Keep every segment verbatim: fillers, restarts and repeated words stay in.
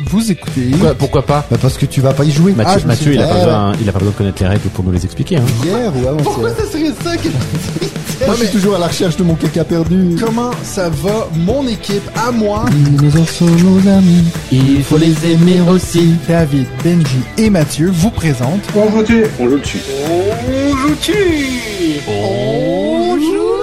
Vous écoutez. Pourquoi, pourquoi pas? Bah parce que tu vas pas y jouer. Mathieu, ah, Mathieu il, a dit, pas euh... besoin, il a pas besoin de connaître les règles pour nous les expliquer. Hein. Hier ou avant. Pourquoi ça serait ça que... Moi, je suis toujours à la recherche de mon caca perdu. Comment ça va, mon équipe, à moi? Nos enfants, nos amis. Il faut les aimer aussi. David, Benji et Mathieu vous présentent. On joue-tu? On joue-tu? On joue-tu? On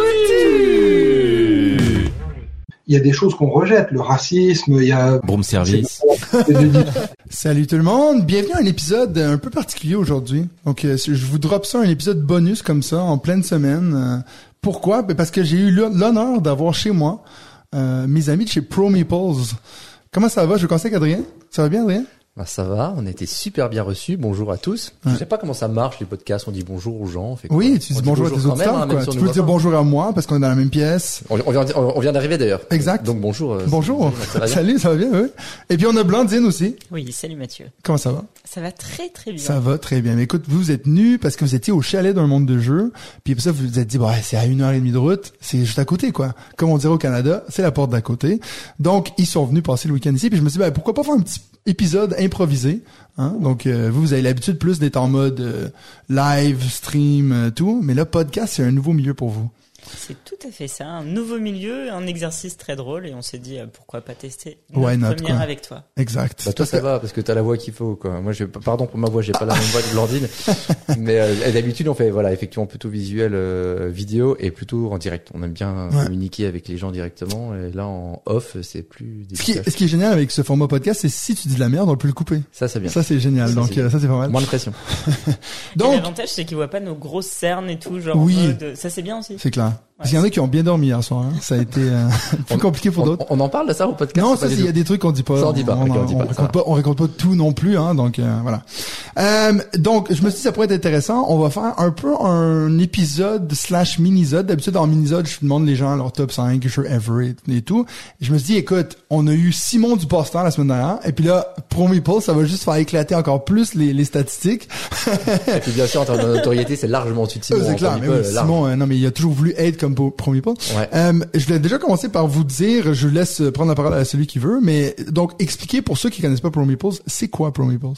joue-tu? Il y a des choses qu'on rejette, le racisme, il y a... Broom service. Salut tout le monde, bienvenue à un épisode un peu particulier aujourd'hui. Donc euh, je vous drop ça, un épisode bonus comme ça, en pleine semaine. Euh, pourquoi? Ben, parce que j'ai eu l'honneur d'avoir chez moi euh, mes amis de chez Pro Meeples. Comment ça va? Je vous conseille Adrien. Ça va bien Adrien? Bah ça va, on a été super bien reçus. Bonjour à tous. Ouais. Je sais pas comment ça marche les podcasts, on dit bonjour aux gens. Fait Oui, tu dis bonjour à tes auditeurs. Hein, tu peux dire bonjour à moi parce qu'on est dans la même pièce. On, on vient, on vient d'arriver d'ailleurs. Exact. Donc bonjour. Euh, bonjour. Ça va bien. Salut, ça va bien, oui. Et puis on a Blandine aussi. Oui, salut Mathieu. Comment ça va? Ça va très très bien. Ça va très bien. Mais écoute, vous êtes venus parce que vous étiez au chalet d'un monde de jeu. Puis pour ça, vous vous êtes dit, bah, c'est à une heure et demie de route. C'est juste à côté, quoi. Comme on dirait au Canada, c'est la porte d'à côté. Donc, ils sont venus passer le week-end ici. Puis je me suis dit, bah, pourquoi pas faire un petit épisode improvisé. Hein? Donc, euh, vous, vous avez l'habitude plus d'être en mode euh, live, stream, euh, tout. Mais là, podcast, c'est un nouveau milieu pour vous. C'est tout à fait ça. Un nouveau milieu, un exercice très drôle. Et on s'est dit, euh, pourquoi pas tester une Why not, première quoi. avec toi. Exact. Bah toi ça va parce que t'as la voix qu'il faut quoi. Moi j'ai pardon pour ma voix, j'ai pas la même voix que Blandine. Mais euh, d'habitude on fait voilà effectivement plutôt visuel euh, vidéo et plutôt en direct. On aime bien Ouais. communiquer avec les gens directement et là en off c'est plus Ce qui, délicat. ce qui est génial avec ce format podcast, c'est si tu dis de la merde, on peut le couper. Ça c'est bien. Ça, c'est génial. Ça, Donc, c'est euh, ça, c'est pas mal. Moins de pression. Donc, Et l'avantage, c'est qu'ils voient pas nos grosses cernes et tout, genre. Oui. en mode- Ça, c'est bien aussi. c'est clair. Parce Ouais, qu'il y en a qui ont bien dormi hier soir. Hein. Ça a été euh, plus compliqué pour On, d'autres. on en parle de ça au podcast? Non, ou ça, pas du c'est- il y a tout des trucs qu'on dit pas. Ça, on dit pas. On, Ok, on dit on pas, raconte ça va. pas, on raconte pas tout non plus, hein. Donc euh, voilà. Euh, donc, je me suis dit ça pourrait être intéressant. On va faire un peu un épisode slash minisode. D'habitude, en minisode, je demande les gens leur top cinq jeux ever et, et tout. Et je me suis dit, écoute, on a eu Simon du Posteur la semaine dernière, et puis là, Pro Meeples, ça va juste faire éclater encore plus les, les statistiques. Et puis bien sûr en termes de notoriété c'est largement au-dessus de Simon. c'est clair, Antoine mais oui, Nicole, large. Simon, euh, non, mais il a toujours voulu être comme Pro Pro Meeples. Ouais. Euh, je voulais déjà commencer par vous dire, je laisse prendre la parole à celui qui veut, mais donc expliquez pour ceux qui connaissent pas Pro Meeples, c'est quoi Pro Meeples?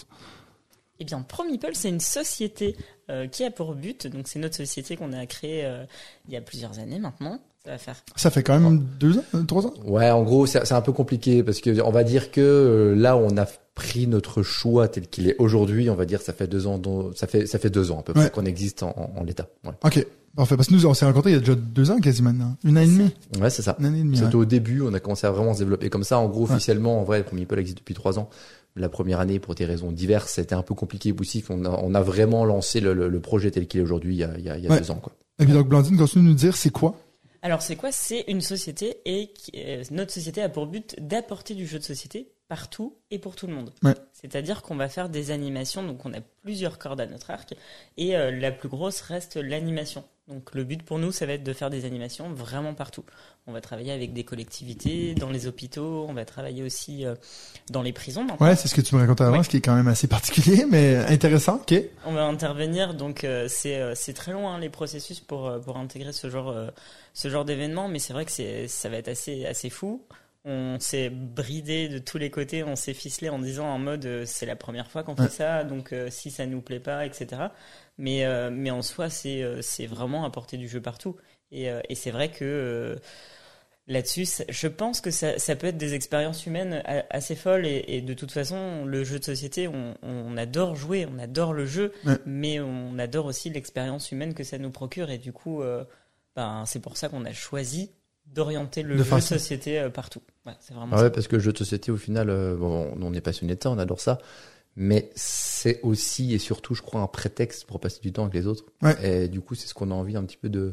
Eh bien, Pro Meeple, c'est une société euh, qui a pour but, donc c'est notre société qu'on a créée euh, il y a plusieurs années maintenant. Ça va faire. Ça fait quand même deux ans, euh, trois ans? Ouais, en gros, c'est c'est un peu compliqué parce que on va dire que euh, là, on a pris notre choix tel qu'il est aujourd'hui. On va dire, ça fait deux ans, dont- ça fait ça fait deux ans à peu près Ouais. qu'on existe en, en, en l'état. Ouais, Ok, parfait. Parce que nous, on s'est rencontrés il y a déjà deux ans quasi maintenant. Une année et demie. ouais, c'est ça. Une année et demie. C'était Ouais. au début, on a commencé à vraiment se développer comme ça. En gros, Ouais. officiellement, en vrai, Pro Meeple existe depuis trois ans. La première année, pour des raisons diverses, c'était un peu compliqué aussi. On a, on a vraiment lancé le, le, le projet tel qu'il est aujourd'hui il y a, il y a, il y a Ouais. deux ans, quoi. Et puis donc, Blandine continue de nous dire c'est quoi? Alors, c'est quoi? C'est une société et qui- euh, notre société a pour but d'apporter du jeu de société partout et pour tout le monde. Ouais. C'est-à-dire qu'on va faire des animations, donc on a plusieurs cordes à notre arc, et euh, la plus grosse reste l'animation. Donc le but pour nous, ça va être de faire des animations vraiment partout. On va travailler avec des collectivités, dans les hôpitaux, on va travailler aussi euh, dans les prisons. maintenant. Ouais, c'est ce que tu me racontais avant, Ouais. ce qui est quand même assez particulier, mais intéressant. Ok. On va intervenir, donc euh, c'est euh, c'est très long hein, les processus pour euh, pour intégrer ce genre euh, ce genre d'événement, mais c'est vrai que c'est ça va être assez assez fou. On s'est bridé de tous les côtés, on s'est ficelé en disant en mode euh, c'est la première fois qu'on fait Ouais. ça, donc euh, si ça nous plaît pas, et cetera. Mais euh, mais en soi c'est euh, c'est vraiment apporter du jeu partout. Et euh, et c'est vrai que euh, là-dessus, ça- je pense que ça, ça peut être des expériences humaines a- assez folles et, et de toute façon, le jeu de société, on, on adore jouer, on adore le jeu, Ouais. mais on adore aussi l'expérience humaine que ça nous procure et du coup, euh, ben, c'est pour ça qu'on a choisi d'orienter le De jeu faire de ça. société euh, partout. Ouais, c'est vraiment Ah ça. ouais, parce que le jeu de société, au final, euh, bon, on est passionné de ça, on adore ça. Mais c'est aussi et surtout, je crois, un prétexte pour passer du temps avec les autres. Ouais. Et du coup, c'est ce qu'on a envie un petit peu de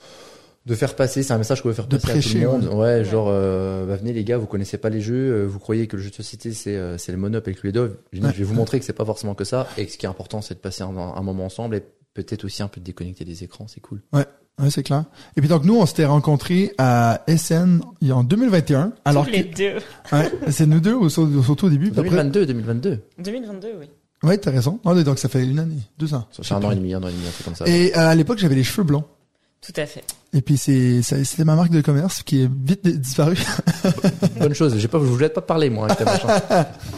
de faire passer. C'est un message qu'on veut faire De passer prêcher, à tout le monde. Ouais, Ouais. genre, euh, bah, venez les gars, vous connaissez pas les jeux, euh, vous croyez que le jeu de société c'est euh, c'est le Monop et le Cluedo. Je Ouais. vais vous montrer que c'est pas forcément que ça. Et que ce qui est important, c'est de passer un, un moment ensemble et peut-être aussi un peu de déconnecter des écrans. C'est cool. Ouais, c'est clair. Et puis donc, nous, on s'était rencontrés à S N il y a en deux mille vingt et un. Alors Tous les que, deux. ouais, c'est nous deux, au- surtout au début. puis deux mille après- vingt-deux, deux mille vingt-deux. deux mille vingt-deux, oui. Ouais, t'as raison. Ah, donc ça fait une année, deux ans. Ça fait un an et demi, un an et demi, un truc comme ça. Et euh, à l'époque, j'avais les cheveux blonds. Tout à fait. Et puis c'est, ça- c'était ma marque de commerce qui est vite disparue. Bonne chose. J'ai pas, je voulais pas parler moi. Avec ta machin.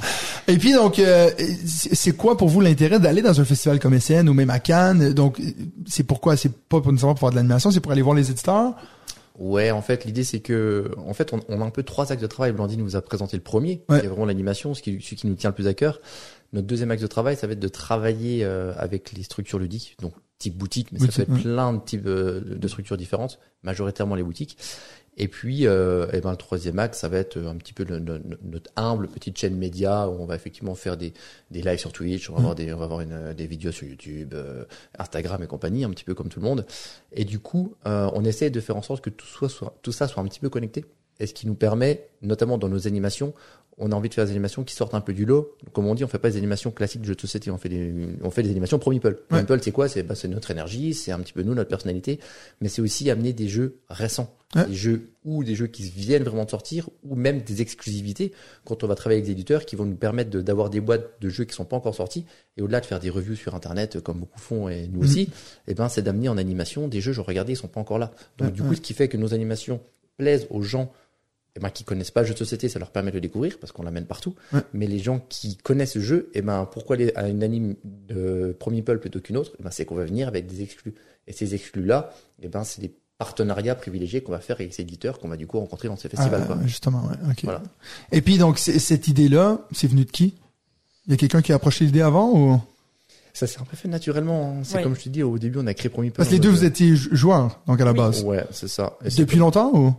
Et puis donc, euh, c'est c'est quoi pour vous l'intérêt d'aller dans un festival comme S N ou même à Cannes? Donc, c'est pourquoi? C'est pas pour nécessairement pour faire de l'animation, c'est pour aller voir les éditeurs? Ouais, en fait, l'idée c'est que, en fait, on, on a un peu trois axes de travail. Blandine nous a présenté le premier, Ouais. qui est vraiment l'animation, ce qui, celui qui nous tient le plus à cœur. Notre deuxième axe de travail, ça va être de travailler euh, avec les structures ludiques, donc type boutique, mais Boutique, ça peut être ouais. plein de types euh, de structures différentes, majoritairement les boutiques. Et puis, euh, et ben le troisième axe, ça va être un petit peu le, le- notre humble petite chaîne média où on va effectivement faire des des lives sur Twitch, on va Mm. avoir des on va avoir une, des vidéos sur YouTube, euh, Instagram et compagnie, un petit peu comme tout le monde. Et du coup, euh, on essaie de faire en sorte que tout soit, soit tout ça soit un petit peu connecté. Et ce qui nous permet, notamment dans nos animations, on a envie de faire des animations qui sortent un peu du lot. Comme on dit, on fait pas des animations classiques de jeux de société, on fait des, on fait des animations pro Meeple. Ouais. Meeple, c'est quoi? C'est, bah, c'est notre énergie, c'est un petit peu nous, notre personnalité, mais c'est aussi amener des jeux récents. Ouais. Des jeux ou des jeux qui viennent vraiment de sortir, ou même des exclusivités quand on va travailler avec des éditeurs qui vont nous permettre de, d'avoir des boîtes de jeux qui sont pas encore sortis. Et au-delà de faire des reviews sur Internet, comme beaucoup font et nous Mhm. aussi, eh ben, c'est d'amener en animation des jeux, je regardais, ils sont pas encore là. Donc, Ouais, du ouais. coup, ce qui fait que nos animations plaisent aux gens eh ben, qui connaissent pas le jeu de société, ça leur permet de le découvrir parce qu'on l'amène partout. Ouais. Mais les gens qui connaissent ce jeu, eh ben, pourquoi aller à une anime de Pro Meeple plutôt qu'une autre? Eh ben, c'est qu'on va venir avec des exclus. Et ces exclus-là, eh ben, c'est des partenariats privilégiés qu'on va faire avec ces éditeurs qu'on va du coup rencontrer dans ces festivals. Ah, quoi. justement, ouais, ok. Voilà. Et puis donc, c'est- cette idée-là, c'est venu de qui? Il y a quelqu'un qui a approché l'idée avant ou? Ça s'est un peu fait naturellement. hein. C'est Ouais. comme je te dis, au début, on a créé Pro Meeple. Parce que les en deux, mode- vous étiez jou- joueurs, donc à la Oui. base. Ouais, c'est ça. Et c'est- Depuis longtemps ou?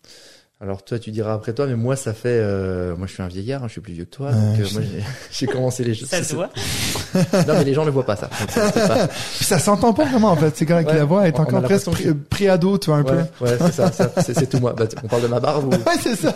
Alors toi, tu diras après toi, mais moi, ça fait, euh, moi, je suis un vieillard, hein, je suis plus vieux que toi, Ouais, donc euh, je moi, j'ai, j'ai commencé les jeux. Ça c'est- se voit. Non, mais les gens ne voient pas ça. Donc, c'est- c'est pas- Puis ça s'entend pas vraiment en fait. C'est correct. Ouais, La voix est on a encore presque l'impression pré- pré-ado, tu vois un peu. Ouais, ouais, c'est ça, ça, c'est, c'est tout moi. Bah, on parle de ma barbe ou... Ouais, c'est ça.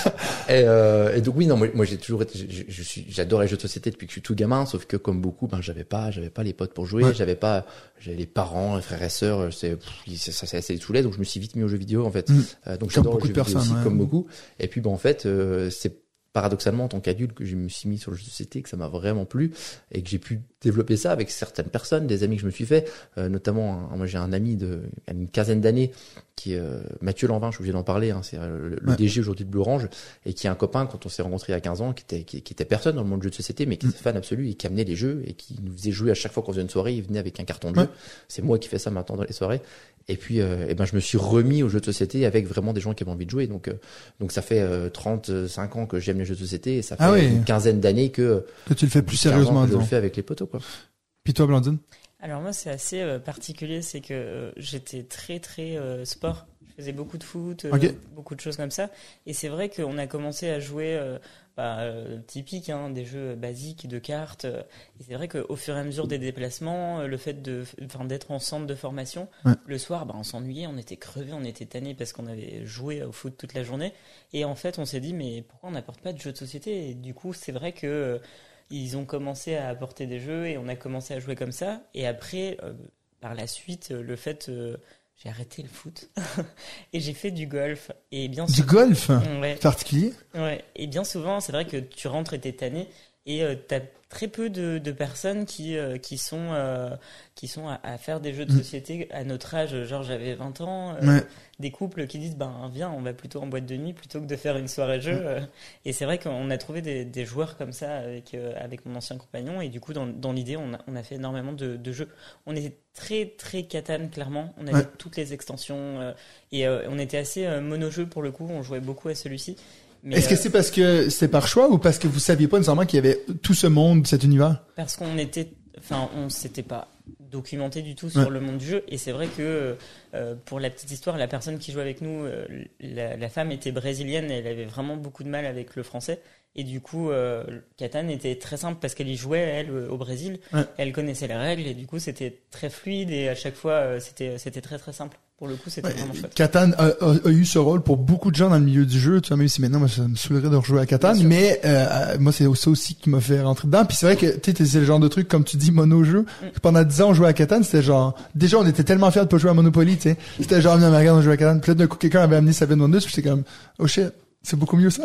Et, euh, et donc oui, non, moi, moi j'ai toujours été, je, je suis, j'adore les jeux de société depuis que je suis tout gamin, sauf que comme beaucoup, ben j'avais pas, j'avais pas les potes pour jouer, Ouais. j'avais pas, j'avais les parents, les frères et sœurs, c'est, pff, ça, ça, ça, ça les saoulait, donc je me suis vite mis aux jeux vidéo en fait. Mm. Euh, donc Comme j'adore beaucoup les de jeux vidéo personnes, aussi, ouais. comme beaucoup. Et puis ben en fait, euh, c'est paradoxalement en tant qu'adulte que je me suis mis sur le jeu de société, que ça m'a vraiment plu et que j'ai pu développer ça avec certaines personnes, des amis que je me suis fait, euh, notamment un- moi j'ai un ami de à une quinzaine d'années qui est euh, Mathieu Lanvin, je suis obligé d'en parler, hein, c'est euh, le, le Ouais. D G aujourd'hui de Blue Orange et qui est un copain quand on s'est rencontrés il y a quinze ans, qui était qui, qui était personne dans le monde du jeu de société, mais qui Mm. était fan absolu et qui amenait les jeux et qui nous faisait jouer à chaque fois qu'on faisait une soirée, il venait avec un carton de Ouais. jeu. C'est moi qui fais ça maintenant dans les soirées. Et puis, euh, eh ben, je me suis remis aux jeux de société avec vraiment des gens qui avaient envie de jouer. Donc, euh, donc ça fait euh, trente-cinq ans que j'aime les jeux de société et ça fait Ah oui. une quinzaine d'années que, Que tu le fais plus quinze ans sérieusement, que je disons. le fais avec les potos, quoi. Puis toi, Blandine? Alors moi, c'est assez euh, particulier, c'est que euh, j'étais très très euh, sport. Je faisais beaucoup de foot, euh, Ok. beaucoup de choses comme ça. Et c'est vrai qu'on a commencé à jouer euh, bah, euh, typique, hein, des jeux basiques de cartes. euh, et c'est vrai qu'au fur et à mesure des déplacements, euh, le fait de, enfin, d'être en centre de formation, Ouais. le soir, bah, on s'ennuyait, on était crevés, on était tannés parce qu'on avait joué au foot toute la journée. Et en fait, on s'est dit, mais pourquoi on n'apporte pas de jeux de société? Et du coup, c'est vrai que euh, ils ont commencé à apporter des jeux et on a commencé à jouer comme ça. Et après, euh, par la suite, euh, le fait, euh, j'ai arrêté le foot et j'ai fait du golf. Et bien Du sûr, golf? ouais, Particulier? ouais. Et bien souvent, c'est vrai que tu rentres et t'es tanné et euh, t'as très peu de, de personnes qui euh, qui sont euh, qui sont à, à faire des jeux de Mm. société à notre âge. Genre j'avais vingt ans. euh, Ouais. Des couples qui disent ben viens, on va plutôt en boîte de nuit plutôt que de faire une soirée jeu. euh. Et c'est vrai qu'on a trouvé des, des joueurs comme ça avec euh, avec mon ancien compagnon et du coup dans, dans l'idée on a, on a fait énormément de, de jeux. On était très très Catan clairement. On avait Ouais. toutes les extensions euh, et euh, on était assez euh, mono-jeu pour le coup. On jouait beaucoup à celui-ci. Mais, Est-ce que euh, c'est parce que c'est par choix ou parce que vous saviez pas nécessairement qu'il y avait tout ce monde, cet univers? parce qu'on était, enfin, on s'était pas documenté du tout sur Ouais. le monde du jeu. Et c'est vrai que, euh, pour la petite histoire, la personne qui jouait avec nous, euh, la, la femme était brésilienne et elle avait vraiment beaucoup de mal avec le français. Et du coup, euh, Catan était très simple parce qu'elle y jouait, elle, au Brésil. Ouais. Elle connaissait les règles et du coup, c'était très fluide et à chaque fois, euh, c'était, c'était très très simple. Pour le coup, c'était Ouais, vraiment chouette. Catan a, a- a eu ce rôle pour beaucoup de gens dans le milieu du jeu. Tu vois, même si maintenant, moi, ça me saoulerait de rejouer à Catan, Bien sûr. mais euh, moi, c'est ça aussi qui m'a fait rentrer dedans. Puis c'est vrai que tu sais, c'est le genre de truc, comme tu dis, mono-jeu. Mm. Pendant dix ans, on jouait à Catan, c'était genre... Déjà, on était tellement fiers de pas jouer à Monopoly, tu sais. C'était genre, non, mais regarde, on joue à Catan. Puis là, d'un coup, quelqu'un avait amené Seven Wonders, puis j'étais comme, oh shit, c'est beaucoup mieux ça.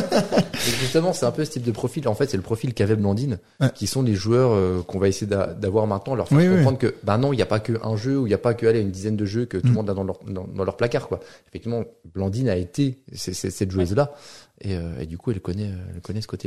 Et justement, c'est un peu ce type de profil. En fait, c'est le profil qu'avait Blandine, Ouais. qui sont les joueurs euh, qu'on va essayer d'a- d'avoir maintenant, leur faire Oui, oui. comprendre que, bah non, il n'y a pas qu'un jeu, ou il n'y a pas que allez, une dizaine de jeux que tout Mm. le monde a dans leur, dans, dans leur placard, quoi. Effectivement, Blandine a été c'est, c'est, cette joueuse-là, et, euh, et du coup, elle connaît, elle connaît ce côté-là.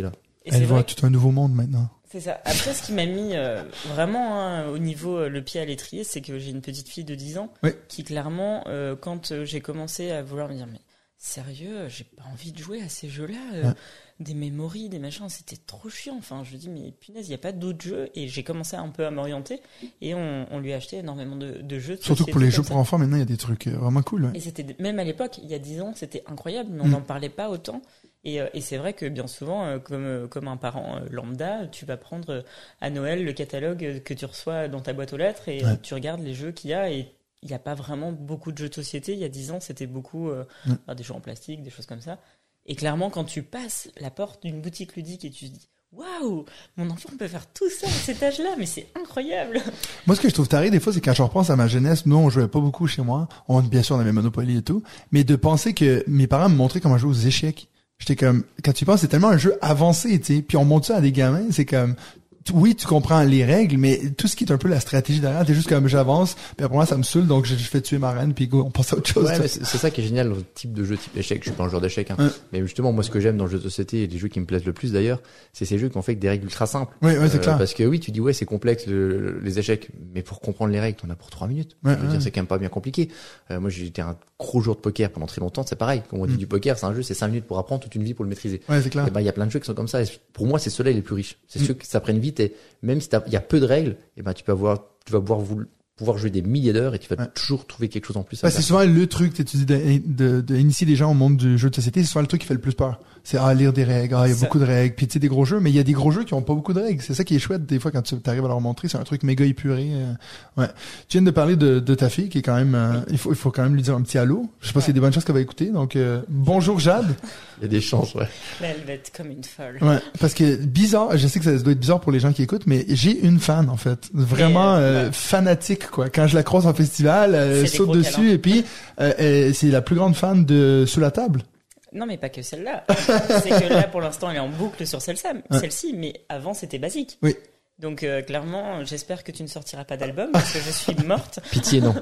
Et c'est Elle voit vrai tout un nouveau monde maintenant. C'est ça. Après, ce qui m'a mis euh, vraiment hein, au niveau euh, le pied à l'étrier, c'est que j'ai une petite fille de dix ans Oui. qui clairement, euh, quand euh, j'ai commencé à vouloir me dire mais sérieux, j'ai pas envie de jouer à ces jeux-là, euh, Ouais. des memories, des machins, c'était trop chiant. Enfin, je dis mais punaise, il y a pas d'autres jeux et j'ai commencé un peu à m'orienter et on, on lui a acheté énormément de, de jeux. De Surtout que pour société les comme jeux ça. pour enfants, maintenant, il y a des trucs euh, vraiment cool. Ouais. Et c'était même à l'époque, il y a dix ans, c'était incroyable, mais on Mm. n'en parlait pas autant. Et, euh, et c'est vrai que bien souvent, euh, comme, euh, comme un parent euh, lambda, tu vas prendre euh, à Noël le catalogue euh, que tu reçois dans ta boîte aux lettres et Ouais. euh, tu regardes les jeux qu'il y a et il n'y a pas vraiment beaucoup de jeux de société. Il y a dix ans, c'était beaucoup euh, Ouais. alors des jeux en plastique, des choses comme ça. Et clairement, quand tu passes la porte d'une boutique ludique et tu te dis waouh, mon enfant peut faire tout ça à cet âge-là, mais c'est incroyable. Moi, ce que je trouve taré, des fois, c'est quand je repense à ma jeunesse, nous, on jouait pas beaucoup chez moi. On, bien sûr, on avait Monopoly et tout. Mais de penser que mes parents me montraient comment jouer aux échecs. J'étais comme, quand tu penses, c'est tellement un jeu avancé, tu sais. Puis on montre ça à des gamins, c'est comme, tu- oui, tu comprends les règles, mais tout ce qui est un peu la stratégie derrière, t'es juste comme, j'avance, puis après moi, ça me saoule, donc je, je fais tuer ma reine, puis go, on passe à autre chose. Ouais, mais c'est c'est ça qui est génial dans le type de jeu type échec. Je suis pas un joueur d'échecs, hein. Ouais. Mais justement, moi, ce que j'aime dans le jeu de société et les jeux qui me plaisent le plus d'ailleurs, c'est ces jeux qui ont fait que des règles ultra simples. Oui, ouais, c'est Euh, clair. Parce que oui, tu dis ouais, c'est complexe le- le- les échecs, mais pour comprendre les règles, t'en as pour trois minutes. Ouais, je veux ouais. dire, c'est quand même pas bien compliqué. Euh, moi, j'étais un gros joueur de poker pendant très longtemps. C'est pareil. Comme on dit Mm. du poker, c'est un jeu, c'est cinq minutes pour apprendre, toute une vie pour le maîtriser. Ouais, c'est clair. Et ben, il y a plein de jeux qui sont comme ça. Et pour moi, c'est ceux-là les plus riches. C'est Mm. ceux qui s'apprennent vite et même si t'as- il y a peu de règles, et ben, tu peux avoir, tu vas pouvoir, vou- pouvoir jouer des milliers d'heures et tu vas Ouais. toujours trouver quelque chose en plus. à Ouais, faire. c'est souvent le truc, tu dis, de, de, de initier les gens au monde du jeu de société, c'est souvent le truc qui fait le plus peur. C'est, ah, lire des règles, ah, il y a Ça. beaucoup de règles, puis tu sais, des gros jeux, mais il y a des gros jeux qui ont pas beaucoup de règles. C'est ça qui est chouette, des fois, quand tu arrives à leur montrer, c'est un truc méga épuré. euh, ouais. Tu viens de parler de, de ta fille, qui est quand même, euh, il faut, il faut quand même lui dire un petit allô. Je sais pas s'il y a des bonnes choses qu'elle va écouter, donc, euh, bonjour Jade. Il y a des chances, ouais. Là, elle va être comme une folle. Ouais, parce que bizarre, je sais que ça doit être bizarre pour les gens qui écoutent, mais j'ai une fan en fait, vraiment Et, euh, euh, ouais. fanatique quoi. Quand je la croise en festival, elle C'est des saute gros dessus câlins. et puis euh, elle- c'est la plus grande fan de Sous la table. Non, mais pas que celle-là. C'est que là, pour l'instant, elle est en boucle sur celle-ci, Ouais. celle-ci, mais avant, c'était basique. Oui. Donc, euh, clairement, j'espère que tu ne sortiras pas d'album parce que je suis morte. Pitié, non.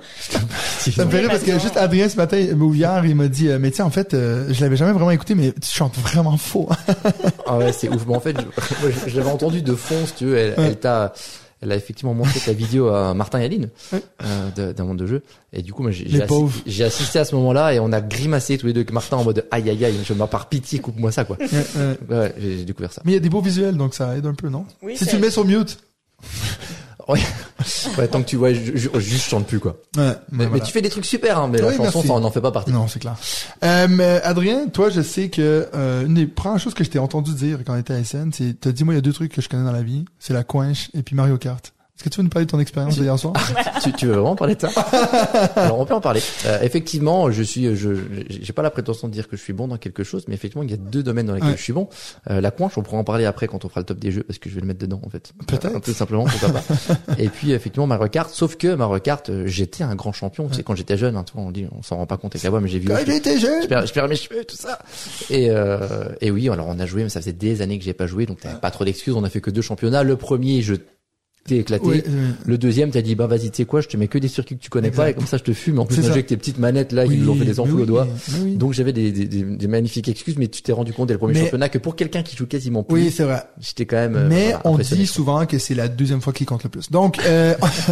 Ça me fait rire parce que maintenant. juste Adrien ce matin ou hier, il m'a dit, euh, mais tiens en fait, euh, je l'avais jamais vraiment écouté, mais tu chantes vraiment faux. Ah ouais, c'est ouf. Mais en fait, je, moi, je, je l'avais entendu de fond, si tu veux. Elle, Ouais. elle t'a, elle a effectivement montré ta vidéo à Martin et Aline, Ouais. euh, de- d'un monde de jeu. Et du coup, moi, j'ai, Les j'ai, assi- pauvres. j'ai assisté à ce moment-là et on a grimacé tous les deux avec Martin en mode aïe aïe aïe. Je me par pitié, coupe-moi ça, quoi. Ouais, ouais. Ouais, j'ai, j'ai découvert ça. Mais il y a des beaux visuels, donc ça aide un peu, non? Oui, Si c'est- tu le mets sur mute. Ouais, tant que tu vois, je, je, juste je chante plus, quoi. Ouais. Mais, mais voilà. tu fais des trucs super, hein, mais la Oui, chanson, merci. ça en en fait pas partie. Non, c'est clair. Euh, mais Adrien, toi, je sais que euh, une des premières choses que je t'ai entendu dire quand on était à S N, c'est t'as dit moi il y a deux trucs que je connais dans la vie, c'est la coinche et puis Mario Kart. Est-ce que tu veux nous parler de ton expérience d'hier soir? tu, tu veux vraiment parler de ça? Alors on peut en parler. Euh, effectivement, je suis, je, j'ai pas la prétention de dire que je suis bon dans quelque chose, mais effectivement, il y a deux domaines dans lesquels Ouais. je suis bon. Euh, la coinche, on pourra en parler après quand on fera le top des jeux, parce que je vais le mettre dedans en fait. Peut-être. Euh, tout simplement, pourquoi pas. Et puis effectivement, Mario Kart. Sauf que Mario Kart, euh, j'étais un grand champion. Tu sais, quand j'étais jeune, hein, tu vois, on dit, on s'en rend pas compte avec la voix, mais j'ai vu. Quand j'étais jeune. Je perds, je perds mes cheveux, tout ça. Et, euh, et oui, alors on a joué, mais ça faisait des années que j'ai pas joué, donc t'avais pas trop d'excuses. On a fait que deux championnats. Le premier, je t'ai éclaté. Ouais, euh, Le deuxième, t'as dit, bah, vas-y, tu sais quoi, je te mets que des circuits que tu connais Exact. pas, et comme ça, je te fume. En plus, C'est moi, ça. j'ai avec tes petites manettes, là, qui nous ont fait des ampoules oui, aux doigts. oui, oui. Donc, j'avais des, des, des, des magnifiques excuses, mais tu t'es rendu compte dès le premier Mais- championnat que pour quelqu'un qui joue quasiment plus, Oui, c'est vrai. j'étais quand même, euh, Mais voilà, on impressionné. dit souvent que c'est la deuxième fois qui compte le plus. Donc, euh,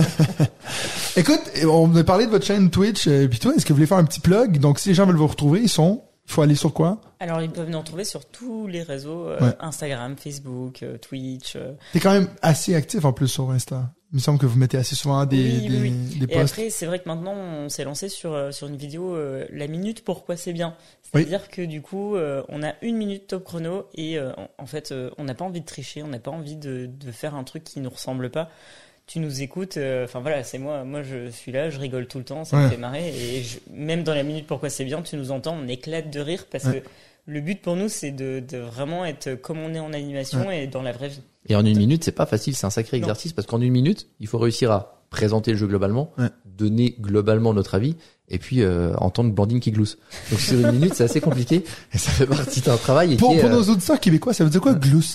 écoute, on a parlé de votre chaîne Twitch, euh, puis toi, est-ce que vous voulez faire un petit plug? Donc, si les gens veulent vous retrouver, ils sont, il faut aller sur quoi? Alors, ils peuvent nous retrouver sur tous les réseaux, euh, Ouais. Instagram, Facebook, euh, Twitch. euh. T'es quand même assez actif en plus sur Insta. Il me semble que vous mettez assez souvent des, Oui, des, oui, des Et posts. après, c'est vrai que maintenant, on s'est lancé sur, euh, sur une vidéo, euh, la minute pourquoi c'est bien. C'est-à-dire que du coup, euh, on a une minute top chrono et euh, en, en fait, euh, on n'a pas envie de tricher, on n'a pas envie de, de faire un truc qui nous ressemble pas. Tu nous écoutes, euh, enfin voilà, c'est moi, moi je suis là, je rigole tout le temps, ça Ouais. me fait marrer et je- même dans la minute pourquoi c'est bien, tu nous entends, on éclate de rire parce Ouais. que le but pour nous, c'est de, de vraiment être comme on est en animation et dans la vraie vie. Et en une minute, c'est pas facile, c'est un sacré Non. exercice, parce qu'en une minute, il faut réussir à présenter le jeu globalement, Ouais. donner globalement notre avis, et puis euh, entendre Blandine qui glousse. Donc sur une minute, c'est assez compliqué, et ça fait partie d'un travail. Et Pour, qui est, pour euh, nos auditeurs québécois, ça veut dire quoi, glousse?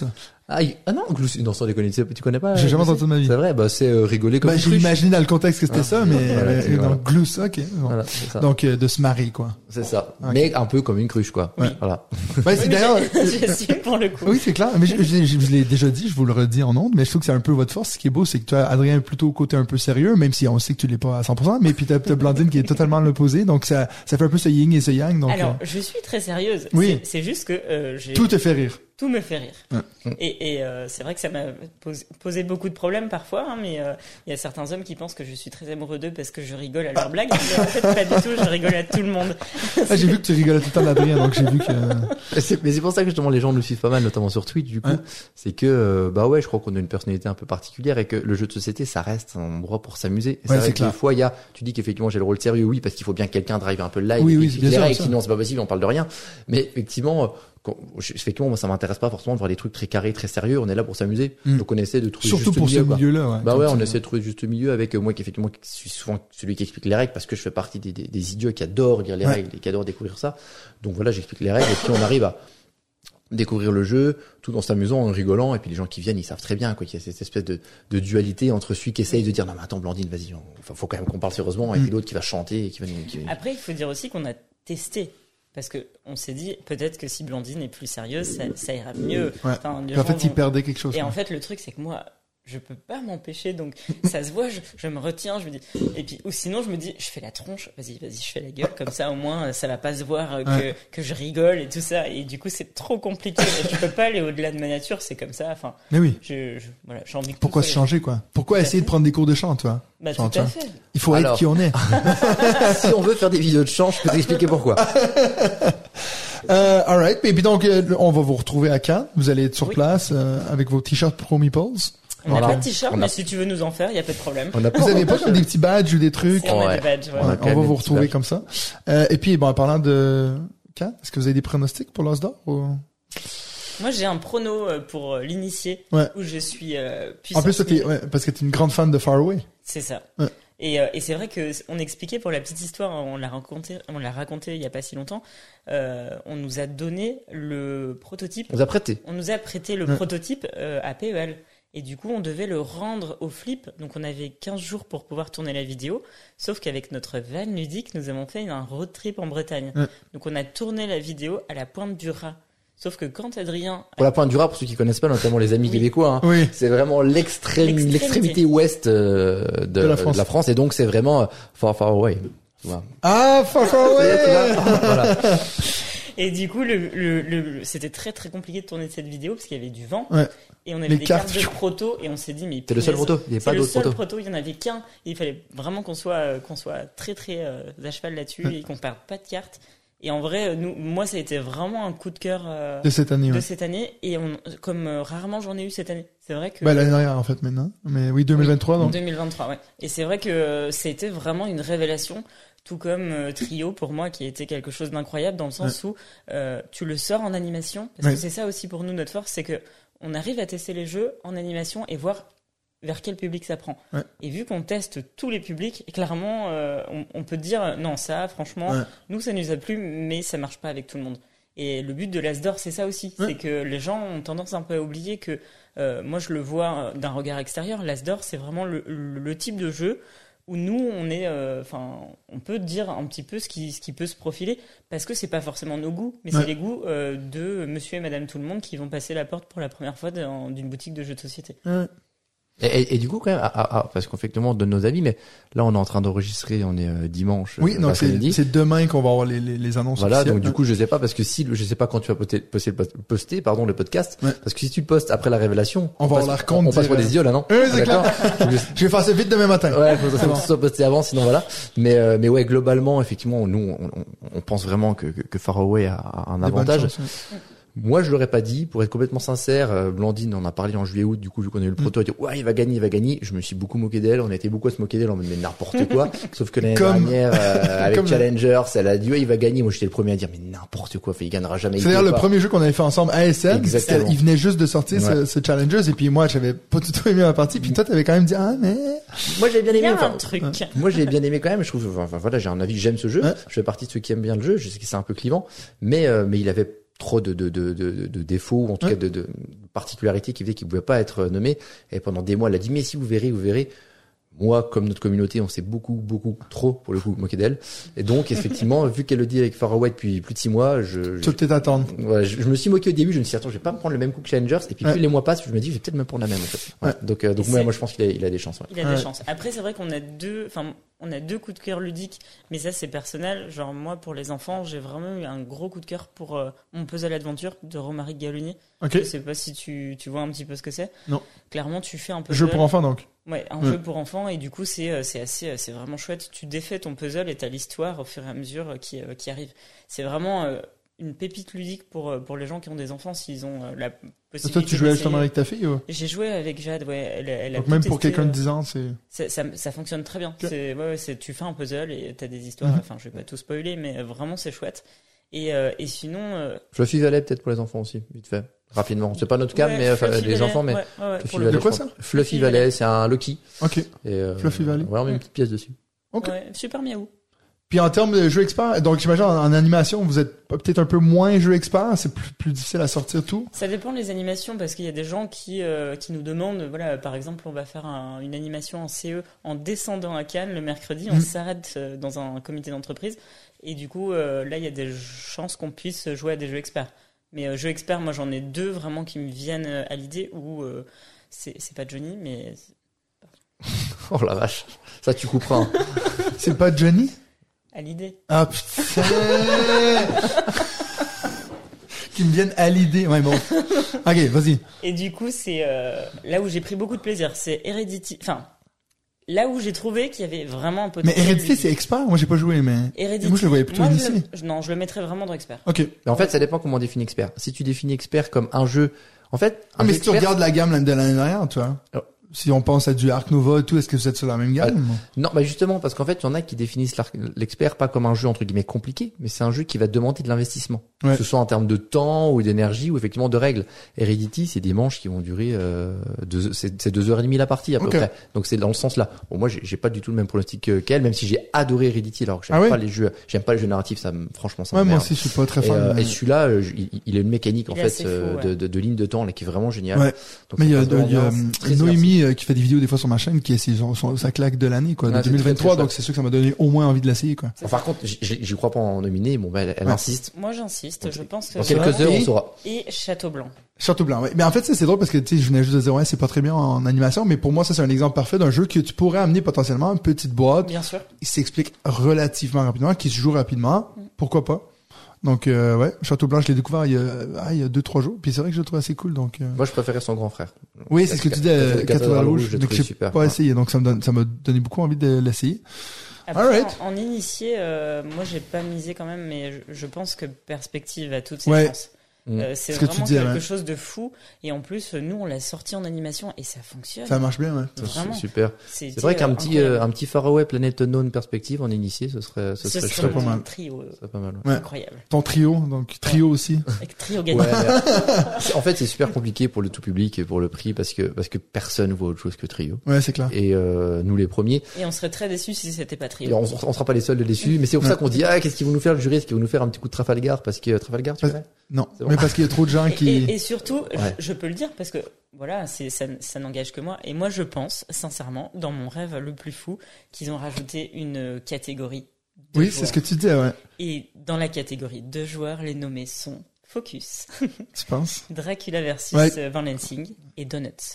Ah, il- ah non, Glous, non, sans déconner, tu sais- tu connais pas? J'ai jamais Glous? entendu de ma vie. C'est vrai, bah, c'est euh, rigoler comme Bah, une j'ai cruche. imaginé dans le contexte que c'était Ah, ça, mais voilà, euh, c'est- dans voilà. Glous, ok. Bon. Voilà, c'est ça. Donc, euh, de se marier, quoi. C'est ça. Ok. Mais un peu comme une cruche, quoi. Ouais. Voilà. Ouais, c'est d'ailleurs, je suis pour le coup. oui, c'est clair. Mais je, je, je- je vous l'ai déjà dit, je vous le redis en ondes, mais je trouve que c'est un peu votre force. Ce qui est beau, c'est que toi, Adrien, est plutôt au côté un peu sérieux, même si on sait que tu l'es pas à cent pour cent, mais puis t'as, t'as Blandine qui est totalement l'opposé, donc ça, ça fait un peu ce yin et ce yang, donc Alors, euh, je suis très sérieuse. Oui. C'est, c'est juste que euh, j'ai tout te fait rire. tout me fait rire. Ouais. Et, et euh, c'est vrai que ça m'a posé, posé beaucoup de problèmes parfois, hein, mais euh, il y a certains hommes qui pensent que je suis très amoureux d'eux parce que je rigole à leurs blagues. Mais en fait, pas du tout. Je rigole à tout le monde. Ah, j'ai vu que tu rigolais tout le temps d'Adrien, donc j'ai vu que... Mais c'est, mais c'est pour ça que justement les gens nous suivent pas mal, notamment sur Twitch, du coup. Ouais. C'est que, euh, bah ouais, je crois qu'on a une personnalité un peu particulière et que le jeu de société, ça reste un endroit pour s'amuser. Et c'est Ouais, vrai c'est que clair. des fois, il y a, tu dis qu'effectivement j'ai le rôle sérieux, oui, parce qu'il faut bien que quelqu'un drive un peu le live. Oui, et oui, explique bien les sûr, règles, ça. sinon c'est pas possible, on parle de rien. Mais effectivement, euh, quand, je- effectivement, moi ça m'intéresse pas forcément de voir des trucs très carrés, très sérieux. On est là pour s'amuser. Mm. Donc on essaie de trouver Surtout juste pour milieu, ce quoi. milieu-là, ouais. Bah Comme ouais, tu on dis. essaie de trouver juste milieu avec euh, moi qui effectivement qui suis souvent celui qui explique les règles parce que je fais partie des, des, des idiots qui adorent lire les Ouais. règles et qui adorent découvrir ça. Donc voilà, j'explique les règles et puis on arrive à découvrir le jeu tout en s'amusant, en rigolant, et puis les gens qui viennent, ils savent très bien quoi qu'il y a cette espèce de, de dualité entre celui qui essaye de dire non mais attends Blandine, vas-y, on- enfin, faut quand même qu'on parle sérieusement, et Mm. puis l'autre qui va chanter et qui va nous... Qui... Après, il faut dire aussi qu'on a testé. Parce que on s'est dit, peut-être que si Blandine est plus sérieuse, ça, ça ira mieux. Ouais. Enfin, les Puis en gens fait, il vont- perdait quelque chose. Et quoi. en fait, le truc, c'est que moi, je peux pas m'empêcher, donc ça se voit, je, je me retiens, je me dis, et puis, ou sinon, je me dis, je fais la tronche, vas-y, vas-y, je fais la gueule, comme ça, au moins, ça va pas se voir euh, que, Ouais. que je rigole et tout ça, et du coup, c'est trop compliqué, et je peux pas aller au-delà de ma nature, c'est comme ça, enfin, Mais oui. je, je- voilà, j'ai envie que Pourquoi tout se soit- changer, quoi? Pourquoi Tout à essayer de fait. prendre des cours de chant, toi? Bah, Genre, tout à tu fait. Il faut Alors. être qui on est. si on veut faire des vidéos de chant, je peux t'expliquer pourquoi. Euh, alright. Et puis donc, euh, on va vous retrouver à Cannes. Vous allez être sur Oui. place euh, avec vos t-shirts Pro Meeples. On n'a Voilà. pas de t-shirt, On a- mais si tu veux nous en faire, il y a pas de problème. On a Vous avez pas comme des petits badges ou des trucs? Et on a Ouais. des badges, ouais. On a Ouais, quand on même va des vous petits retrouver badges. comme ça. Euh, et puis, bon, en parlant de Cannes, est-ce que vous avez des pronostics pour l'As d'or ou... Moi, j'ai un prono euh, pour euh, l'initié, Ouais. où je suis euh, En puissance plus, toi, t'es- mille. ouais, parce que t'es une grande fan de Far Away. C'est ça. Ouais. Et, euh, et c'est vrai que c- on expliquait pour la petite histoire, on l'a raconté, on l'a raconté il y a pas si longtemps. Euh, on nous a donné le prototype, On vous a prêté. on nous a prêté le Ouais. prototype euh, à P E L. Et du coup, on devait le rendre au flip. Donc, on avait quinze jours pour pouvoir tourner la vidéo. Sauf qu'avec notre van ludique, nous avons fait un road trip en Bretagne. Ouais. Donc, on a tourné la vidéo à la pointe du Rat. Sauf que quand Adrien Pour la pointe du Rat, pour ceux qui connaissent pas, notamment les amis Oui. québécois, hein, Oui. c'est vraiment l'extrême, L'extrémité. l'extrémité ouest euh, de, De la France. de la France, et donc c'est vraiment euh, far far away. Tu vois. Ah, Far Far Ça y est, c'est Away! là. Voilà. Et du coup, le, le, le- c'était très très compliqué de tourner cette vidéo parce qu'il y avait du vent. Ouais. Et on avait Les des cartes. cartes de proto et on s'est dit, mais T'es le seul punaise, proto, il y avait c'est pas le d'autres seul protos. proto, il y en avait qu'un. Et il fallait vraiment qu'on soit, euh, qu'on soit très très euh, à cheval là-dessus Ouais. et qu'on perde pas de cartes. Et en vrai, euh, nous, moi, ça a été vraiment un coup de cœur euh, De cette année, de ouais. cette année. Et on, comme euh, rarement j'en ai eu cette année. C'est vrai que. Bah, l'année dernière, en fait, maintenant. Mais oui, deux mille vingt-trois, Oui, donc. deux mille vingt-trois, ouais. Et c'est vrai que euh, c'était vraiment une révélation, tout comme euh, Trio pour moi, qui a été quelque chose d'incroyable dans le sens où euh, tu le sors en animation, parce Ouais. que c'est ça aussi pour nous notre force, c'est que on arrive à tester les jeux en animation et voir vers quel public ça prend. Ouais. Et vu qu'on teste tous les publics, clairement, euh, on, on peut dire non, ça, franchement, Ouais. nous ça nous a plu, mais ça marche pas avec tout le monde. Et le but de l'As d'Or, c'est ça aussi, Ouais. c'est que les gens ont tendance un peu à oublier que euh, moi je le vois d'un regard extérieur. L'As d'Or, c'est vraiment le, le, le type de jeu où nous on est, enfin, on peut dire un petit peu ce qui ce qui peut se profiler parce que c'est pas forcément nos goûts, mais Ouais. c'est les goûts euh, de Monsieur et Madame tout le monde qui vont passer la porte pour la première fois dans- d'une boutique de jeux de société. Ouais. Et, et, et du coup, quand même, ah, ah, ah, parce qu'effectivement, on donne nos avis, mais là, on est en train d'enregistrer, on est euh, dimanche. Oui, euh, donc c'est, l'après-midi. c'est demain qu'on va avoir les, les, les annonces Voilà, officielles. donc du coup, je sais pas, parce que si, je sais pas quand tu vas poster, poster, poster pardon, le podcast, Ouais. parce que si tu le postes après la révélation, On va passe, avoir la raconte, on passe pour dire, des idiots, là, non? Oui, c'est D'accord? Je vais faire ça vite demain matin. Ouais, faut, faut C'est bon. que ce soit posté avant, sinon voilà. Mais, euh, mais ouais, globalement, effectivement, nous, on, on, on pense vraiment que, que, que Far Away a, a un Des bonnes avantage. chances, ouais. Moi, je l'aurais pas dit, pour être complètement sincère. euh, Blandine, on en a parlé en juillet-août, du coup, vu qu'on a eu le proto, elle a dit, ouais, il va gagner, il va gagner. Je me suis beaucoup moqué d'elle, on a été beaucoup à se moquer d'elle, on me dit, mais n'importe quoi. Sauf que l'année Comme- dernière, euh, avec comme- Challengers, elle a dit, ouais, il va gagner. Moi, j'étais le premier à dire, mais n'importe quoi, fait, il gagnera jamais. C'est il d'ailleurs peut le pas. premier jeu qu'on avait fait ensemble à S N. Exactement. C'était- Il venait juste de sortir ce, Ouais. ce Challengers et puis moi j'avais pas du tout aimé ma partie puis toi t'avais quand même dit ah mais Moi, j'ai bien Il y aimé. a enfin, un truc. Moi, j'ai bien aimé quand même. Je trouve, enfin, voilà, j'ai un avis, j'aime ce jeu. Ouais. Je fais partie de ceux qui aiment bien le jeu. Je sais que c'est un peu clivant, mais, euh, mais il avait trop de, de, de, de, de défauts, ou en tout Ouais. cas de, de particularités qui faisaient qu'il pouvait pas être nommé. Et pendant des mois, elle a dit, mais si vous verrez, vous verrez. Moi, comme notre communauté, on s'est beaucoup, beaucoup trop, pour le coup, moqué d'elle. Et donc, effectivement, vu qu'elle le dit avec Far Away depuis plus de six mois, je, Tu je, vas peut-être attendre. ouais, je, je me suis moqué au début. Je me suis dit, attends, je vais pas me prendre le même coup que Challengers. Et puis, Ouais. plus les mois passent, je me dis, je vais peut-être me prendre la même, en fait. Ouais. Ouais. Donc, euh, donc, Et moi, c'est- moi, je pense qu'il a, il a des chances, ouais. Il a Ouais. des chances. Après, c'est vrai qu'on a deux, enfin, on a deux coups de cœur ludiques, mais ça, c'est personnel. Genre, moi, pour les enfants, j'ai vraiment eu un gros coup de cœur pour euh, mon Puzzle Adventure de Romaric Galloni. Ok. Je sais pas si tu, tu vois un petit peu ce que c'est. Non. Clairement, tu fais un puzzle. Jeu pour enfants, donc. Ouais, un Ouais. jeu pour enfants, et du coup, c'est, euh, c'est assez, euh, c'est vraiment chouette. Tu défais ton puzzle et t'as l'histoire au fur et à mesure euh, qui, euh, qui arrive. C'est vraiment euh, une pépite ludique pour, euh, pour les gens qui ont des enfants s'ils ont euh, la possibilité. Toi, tu jouais d'essayer. justement avec ta fille, ou? J'ai joué avec Jade, ouais. Elle, elle a Donc tout même pour testé, quelqu'un de euh, dix ans, c'est... ça, ça, ça fonctionne très bien. Ok. C'est, ouais, ouais, c'est, tu fais un puzzle et t'as des histoires. Mhm. Enfin, je vais pas tout spoiler, mais vraiment c'est chouette. Et, euh, et sinon, euh, Fluffy Valley, peut-être pour les enfants aussi, vite fait. Rapidement. C'est pas notre cas, ouais, mais, enfin, Fluffy les Valley, enfants, mais. ouais, ouais, ouais, Fluffy pour le Valley, De quoi je ça pense. Fluffy Fluffy Valley, Valley. c'est un Loki. Ok. Et, euh, Fluffy Valley. Ouais, on met une petite pièce dessus. Ok. Ouais, super miaou. Puis en termes de jeu expert, donc j'imagine en, en animation, vous êtes peut-être un peu moins jeu expert, c'est plus, plus difficile à sortir tout. Ça dépend des animations parce qu'il y a des gens qui, euh, qui nous demandent, voilà, par exemple, on va faire un- une animation en C E en descendant à Cannes le mercredi, on Mhm. s'arrête euh, dans un comité d'entreprise et du coup, euh, là, il y a des chances qu'on puisse jouer à des jeux experts. Mais euh, jeux experts, moi, j'en ai deux vraiment qui me viennent euh, à l'idée où euh, c'est c'est pas Johnny, mais Oh la vache. Ça, tu couperas. hein. C'est pas Johnny? à l'idée. Ah putain! Qui me viennent à l'idée. Ouais, bon. Ok, vas-y. Et du coup, c'est euh, là où j'ai pris beaucoup de plaisir. C'est Heredity. Enfin, là où j'ai trouvé qu'il y avait vraiment un Mais potentiel. Heredity, ludique. c'est expert? Moi, j'ai pas joué, mais... Heredity. Moi, je le voyais plutôt Moi, je initié. le- Non, je le mettrais vraiment dans expert. Ok. Mais en fait, ça dépend comment on définit expert. Si tu définis expert comme un jeu, en fait, un Ah, mais jeu si tu expert- regardes la gamme de l'année dernière, tu vois. Alors- Si on pense à du Ark Nova et tout, est-ce que vous êtes sur la même gamme? Non, bah justement, parce qu'en fait, il y en a qui définissent l'ar- l'expert pas comme un jeu entre guillemets compliqué, mais c'est un jeu qui va demander de l'investissement, Ouais. que ce soit en termes de temps ou d'énergie ou effectivement de règles. Heredity, c'est des manches qui vont durer euh, deux, c'est, c'est deux heures et demie la partie à peu Ok. près. Donc c'est dans le sens là. Bon, moi, j'ai, j'ai pas du tout le même pronostic que- qu'elle, même si j'ai adoré Heredity, alors que j'aime Ah ouais pas les jeux, j'aime pas les jeux narratifs, ça, me- franchement, ça Ouais, me moi merde. aussi, je suis pas très Et, fan. euh, mais- et celui-là, euh, je- il, il a une mécanique en Il est fait assez fou, euh, ouais. de, de, de ligne de temps là qui est vraiment géniale. Ouais. Donc, Mais il y ça a, passe de il y a l'ambiance, euh, très Noémie euh, qui fait des vidéos des fois sur ma chaîne qui est c'est son, son- sa claque de l'année quoi, de Ouais, c'est deux mille vingt-trois, très, très donc c'est sûr que ça m'a donné au moins envie de l'essayer quoi. Bon, par contre, j'y, j'y crois pas en nominé. Bon, bah, elle, elle Ouais. insiste. Moi, j'insiste. Donc, Je pense que Dans quelques heures, on Et- saura. et Château Blanc. Château Blanc, ouais. Mais en fait, ça, c'est drôle parce que, tu sais, je venais juste de dire, ouais, c'est pas très bien en animation, mais pour moi, ça, c'est un exemple parfait d'un jeu que tu pourrais amener potentiellement, une petite boîte. Bien sûr. Il s'explique relativement rapidement, qui se joue rapidement. Pourquoi pas? Donc, euh, ouais, Château Blanc, je l'ai découvert il y a, ah, il y a deux, trois jours. Puis c'est vrai que je le trouve assez cool, donc, euh... Moi, je préférais son grand frère. Oui, c'est ce que tu dis, euh, Cathédrale Rouge, je le donc trouvais j'ai super. pas essayé, donc ça me donne, ça m'a donné beaucoup envie de l'essayer. Après, Alright. en, en initié, euh, moi, j'ai pas misé quand même, mais je, je pense que Perspective a toutes ses Ouais. chances. Mm. Euh, c'est Ce que tu vraiment dis, quelque ouais. chose de fou. Et en plus, nous, on l'a sorti en animation et ça fonctionne. Ça marche bien, ouais. Vraiment. Super. C'est C'est vrai qu'un euh, petit, incroyable. euh, un petit Faraway Planet Unknown perspective en initié, ce serait, ce Ce serait serait chouette. pas mon mal. trio euh, Ce serait pas mal. ouais. Ouais. incroyable. Ton trio, donc trio aussi. Avec trio gagnant. Ouais, mais- en fait, c'est super compliqué pour le tout public et pour le prix parce que, parce que personne voit autre chose que Trio. Ouais, c'est clair. Et, euh, nous les premiers. Et on serait très déçus si c'était pas Et trio. on, on sera pas les seuls déçus, mais c'est pour Ouais. ça qu'on dit, ah, qu'est-ce qu'ils vont nous faire le jury? Est-ce qu'ils vont nous faire un petit coup de Trafalgar? Parce que, Trafalgar, tu Parce- connais? Non. C'est bon. Mais parce qu'il y a trop de gens Et, qui... et- et surtout, je- Ouais. je, peux le dire parce que voilà, c'est ça, ça n'engage que moi. Et moi, je pense sincèrement, dans mon rêve le plus fou, qu'ils ont rajouté une catégorie. de Oui, joueurs. c'est ce que tu disais, ouais. Et dans la catégorie deux joueurs, les nommés sont Focus, Tu penses? Dracula versus Ouais. euh, Van Helsing et Donuts.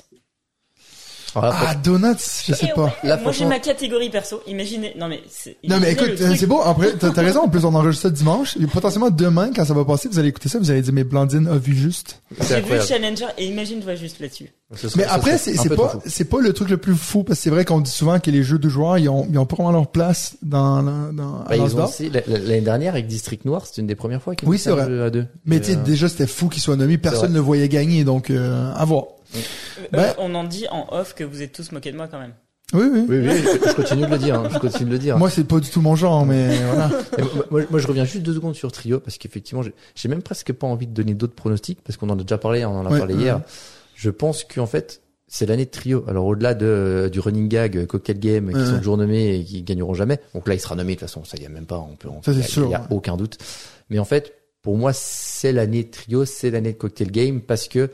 Alors, après, Ah, Donuts, je sais Et pas. ouais, Là, moi, j'ai franchement- ma catégorie perso. Imaginez, non mais c'est- Non, mais imaginez écoute, le euh, truc. c'est beau. Après, t'as t'as raison. En plus, on enregistre ça dimanche. Et potentiellement demain, quand ça va passer, vous allez écouter ça, vous allez dire, mais Blandine a vu juste. c'est J'ai vu incroyable. Challenger et imagine-toi juste là-dessus. Ce serait- Mais ce après, serait c'est un c'est peu pas, trop fou. c'est pas le truc le plus fou, parce que c'est vrai qu'on dit souvent que les jeux de joueurs, ils ont, ils ont pas vraiment leur place dans, la- dans, à Bah, ils ont Nasdaq. aussi, la- la- l'année dernière, avec District Noir, c'était une des premières fois qu'ils Oui, ont fait c'est un vrai. jeu à deux. Mais Et, tu sais, euh, déjà, c'était fou qu'ils soient nommés. Personne vrai. ne le voyait gagner, donc, euh, à voir. Euh, Ben- on en dit en off que vous êtes tous moqués de moi quand même. Oui, oui. Oui, oui, je, je continue de le dire, hein, je continue de le dire. Moi, c'est pas du tout mon genre, mais voilà. Et moi, moi, moi, je reviens juste deux secondes sur Trio parce qu'effectivement, j'ai j'ai même presque pas envie de donner d'autres pronostics parce qu'on en a déjà parlé, on en a Ouais, parlé ouais. hier. Je pense qu'en fait, c'est l'année de Trio. Alors au-delà de du running gag euh, Cocktail Game qui Ouais. sont toujours nommés et qui gagneront jamais. Donc là, il sera nommé de toute façon, ça y a même pas, on peut, on, Ça, c'est y a, sûr, y a ouais. aucun doute. Mais en fait, pour moi, c'est l'année de Trio, c'est l'année de Cocktail Game parce que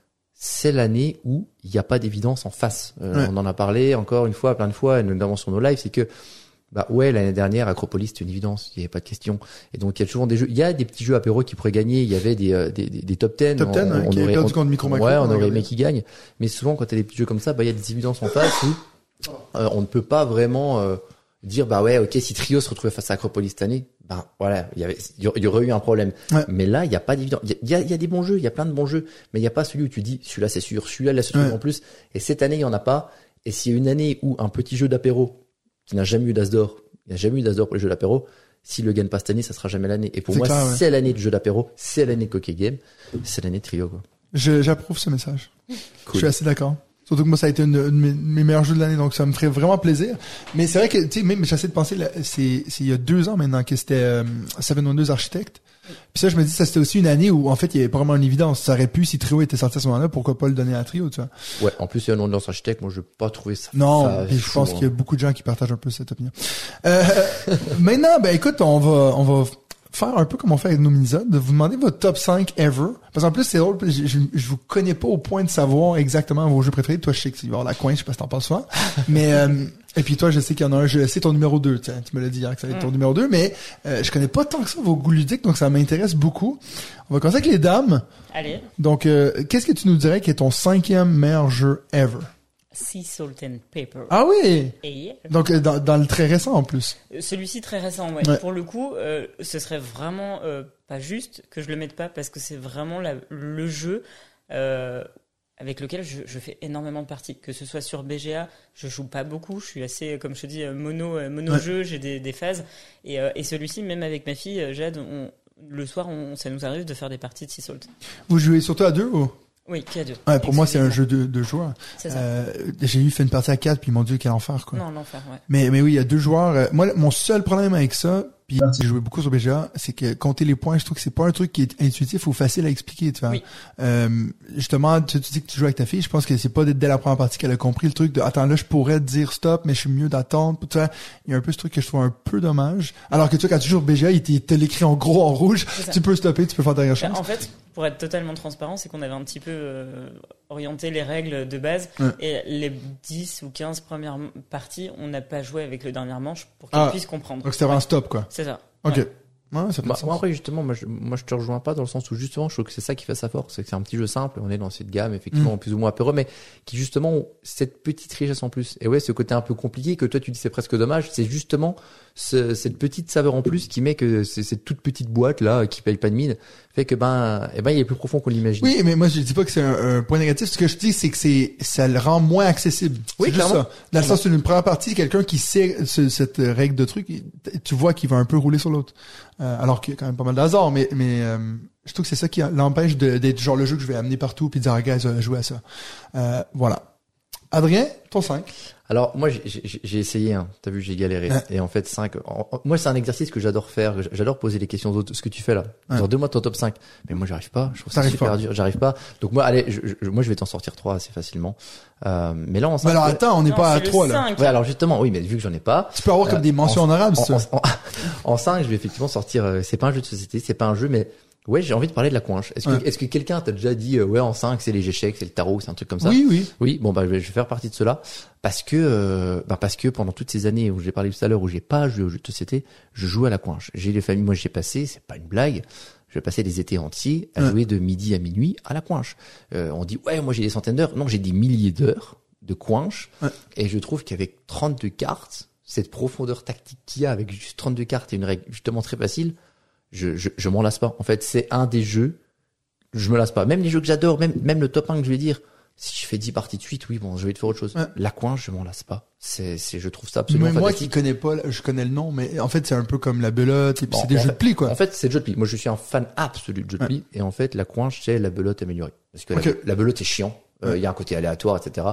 c'est l'année où il n'y a pas d'évidence en face. Euh, Ouais. On en a parlé encore une fois, plein de fois, notamment sur nos lives, c'est que bah ouais, l'année dernière, Acropolis, c'était une évidence, il n'y avait pas de question. Et donc, il y a toujours des jeux, il y a des petits jeux apéro qui pourraient gagner, il y avait des, euh, des, des, des top dix. Top dix, on, hein, on qui avait aurait, perdu on- contre Micro Macro. ouais, on on a aurait regardé. aimé qu'ils gagnent. Mais souvent, quand il y a des petits jeux comme ça, bah, il y a des évidences en face où euh, on ne peut pas vraiment euh, dire, bah ouais, ok, si Trio se retrouvait face à Acropolis cette année, bah voilà, il y avait, il y aurait eu un problème. Ouais. Mais là, il n'y a pas d'évidence. Il y a, il y a, il y a des bons jeux, il y a plein de bons jeux, mais il n'y a pas celui où tu dis, celui-là c'est sûr, celui-là il a ce truc Ouais. en plus. Et cette année, il n'y en a pas. Et s'il y a une année où un petit jeu d'apéro qui n'a jamais eu d'as d'or, il n'y a jamais eu d'as d'or pour les jeux d'apéro, s'il le gagne pas cette année, ça sera jamais l'année. Et pour C'est moi, clair, ouais. c'est l'année de jeu d'apéro, c'est l'année de Cocktail Game, c'est l'année de Trio, quoi. Je, j'approuve ce message. Cool. Je suis assez d'accord. Surtout que moi, ça a été une, une de mes, mes meilleurs jeux de l'année, donc ça me ferait vraiment plaisir. Mais c'est vrai que, tu sais, même, j'essaie de penser, là, c'est, c'est il y a deux ans maintenant que c'était euh, Seven Wonders Architect. Puis ça, je me dis, ça c'était aussi une année où, en fait, il y avait pas vraiment une évidence. Ça aurait pu, si Trio était sorti à ce moment-là, pourquoi pas le donner à Trio, tu vois. Ouais, en plus, il y a un nom de lance architecte, moi, je n'ai pas trouvé ça. Non, ça puis je fou, pense hein. qu'il y a beaucoup de gens qui partagent un peu cette opinion. Euh, maintenant, ben écoute, on va, on va faire un peu comme on fait avec nos minisodes, de vous demander votre top cinq ever. Parce qu'en plus, c'est drôle, je, je, je vous connais pas au point de savoir exactement vos jeux préférés. Toi, je sais qu'il va y avoir la coin, je sais pas si t'en penses souvent. Mais, euh, et puis toi, je sais qu'il y en a un, je sais ton numéro deux, tiens, tu me l'as dit hier que ça allait être ton numéro deux, mais euh, je connais pas tant que ça vos goûts ludiques, donc ça m'intéresse beaucoup. On va commencer avec les dames. Allez, Donc, euh, qu'est-ce que tu nous dirais qui est ton cinquième meilleur jeu ever? Sea Salt and Pepper. Ah oui! Et Donc, euh, dans, dans le très récent en plus. celui-ci très récent, ouais. Ouais. Pour le coup, euh, ce serait vraiment euh, pas juste que je le mette pas parce que c'est vraiment la, le jeu euh, avec lequel je, je fais énormément de parties. Que ce soit sur B G A, je joue pas beaucoup. Je suis assez, comme je te dis, euh, mono, euh, mono Ouais. jeu. J'ai des, des phases. Et, euh, et celui-ci, même avec ma fille euh, Jade, on, le soir, on, ça nous arrive de faire des parties de Sea Salt. Vous jouez surtout à deux ou? Oui, qu'à deux. Ouais, pour moi, c'est un Exclusivement. jeu de, de joueurs. C'est ça. Euh, j'ai eu fait une partie à quatre, puis mon Dieu, quel enfer, quoi. Non, l'enfer, ouais. Mais, mais oui, il y a deux joueurs. Euh, moi, mon seul problème avec ça, puis j'ai joué beaucoup sur B G A, c'est que compter les points, je trouve que c'est pas un truc qui est intuitif ou facile à expliquer, tu vois. Oui. Euh, justement, tu, tu dis que tu joues avec ta fille, je pense que c'est pas dès, dès la première partie qu'elle a compris le truc de, attends, là, je pourrais te dire stop, mais je suis mieux d'attendre. Tu vois, il y a un peu ce truc que je trouve un peu dommage. Alors que tu vois, quand tu joues au B G A, il te- il te l'écrit en gros, en rouge, C'est ça. tu peux stopper, tu peux faire ta Bah, recherche. en fait, pour être totalement transparent, c'est qu'on avait un petit peu euh, orienté les règles de base. Ouais. Et les dix ou quinze premières m- parties, on n'a pas joué avec le dernier manche pour qu'ils Ah. puissent comprendre. Donc c'était vraiment un stop, quoi. C'est ça. Ok. Ouais. Ouais, ça fait Bah, du moi sens. après justement moi je, moi je te rejoins pas dans le sens où justement je trouve que c'est ça qui fait sa force, c'est que c'est un petit jeu simple, on est dans cette gamme effectivement Mm. plus ou moins apéro, mais qui justement ont cette petite richesse en plus. Et ouais, ce côté un peu compliqué que toi tu dis c'est presque dommage, c'est justement ce, cette petite saveur en plus qui met que c'est cette toute petite boîte là qui paye pas de mine fait que ben eh ben il est plus profond qu'on l'imagine. Oui, mais moi je dis pas que c'est un, un point négatif. Ce que je dis, c'est que c'est ça le rend moins accessible. Oui, C'est juste clairement. ça. Dans le sens où une première partie, quelqu'un qui sait ce- cette règle de truc, il- tu vois qu'il va un peu rouler sur l'autre. Euh, alors qu'il y a quand même pas mal d'hasard, mais mais euh, je trouve que c'est ça qui l'empêche de- d'être genre le jeu que je vais amener partout puis dire ah gars, jouer à ça. Euh, voilà. Adrien, ton cinq. Alors moi j'ai- j'ai j'ai essayé, hein. T'as vu j'ai galéré. Ouais. Et en fait cinq. en- en- moi c'est un exercice que j'adore faire. J'adore poser les questions aux autres. Ce que tu fais là. Ouais. Genre donne-moi ton top cinq. Mais moi j'arrive pas. Je trouve ça T'arrives super pas. dur. J'arrive pas. Donc moi allez, je, je- moi je vais t'en sortir trois assez facilement. Euh, mais là en Mais cinq. alors attends, on n'est Non, pas à c'est le trois là. cinq. Ouais alors justement oui mais vu que j'en ai pas. Tu peux avoir comme Euh, des mentions en- honorables, En, ça. en, en cinq je vais effectivement sortir. euh, c'est pas un jeu de société, c'est pas un jeu mais. Ouais, j'ai envie de parler de la coinche. Est-ce que, Ouais. est-ce que quelqu'un t'a déjà dit, euh, ouais, en cinq, c'est les échecs, c'est le tarot, c'est un truc comme ça? Oui, oui. Oui, bon bah je vais, je vais faire partie de cela parce que euh, bah parce que pendant toutes ces années où j'ai parlé tout à l'heure où j'ai pas joué aux jeux de société, je jouais à la coinche. J'ai les familles, moi j'ai passé, c'est pas une blague, je passais des étés entiers à Ouais. jouer de midi à minuit à la coinche. Euh, on dit ouais moi j'ai des centaines d'heures, non j'ai des milliers d'heures de coinche Ouais. et je trouve qu'avec trente-deux cartes, cette profondeur tactique qu'il y a avec juste trente-deux cartes et une règle justement très facile, je je, je m'en lasse pas. En fait c'est un des jeux, je me lasse pas. Même les jeux que j'adore, même même le top un que je vais dire. Si je fais dix parties de suite, oui, bon, je vais te faire autre chose. Ouais. La coinche, je m'en lasse pas. C'est, c'est, je trouve ça absolument Mais moi qui fantastique. connais pas, je connais le nom, mais en fait c'est un peu comme la belote et puis Bon, c'est des en jeux fait- de pli quoi. En fait, c'est le jeu de pli. Moi, je suis un fan absolu de jeu de Ouais. pli. Et en fait, la coinche, c'est la belote améliorée. Parce que Ok. la, la belote est chiant. Euh, Il Ouais. y a un côté aléatoire, et cetera.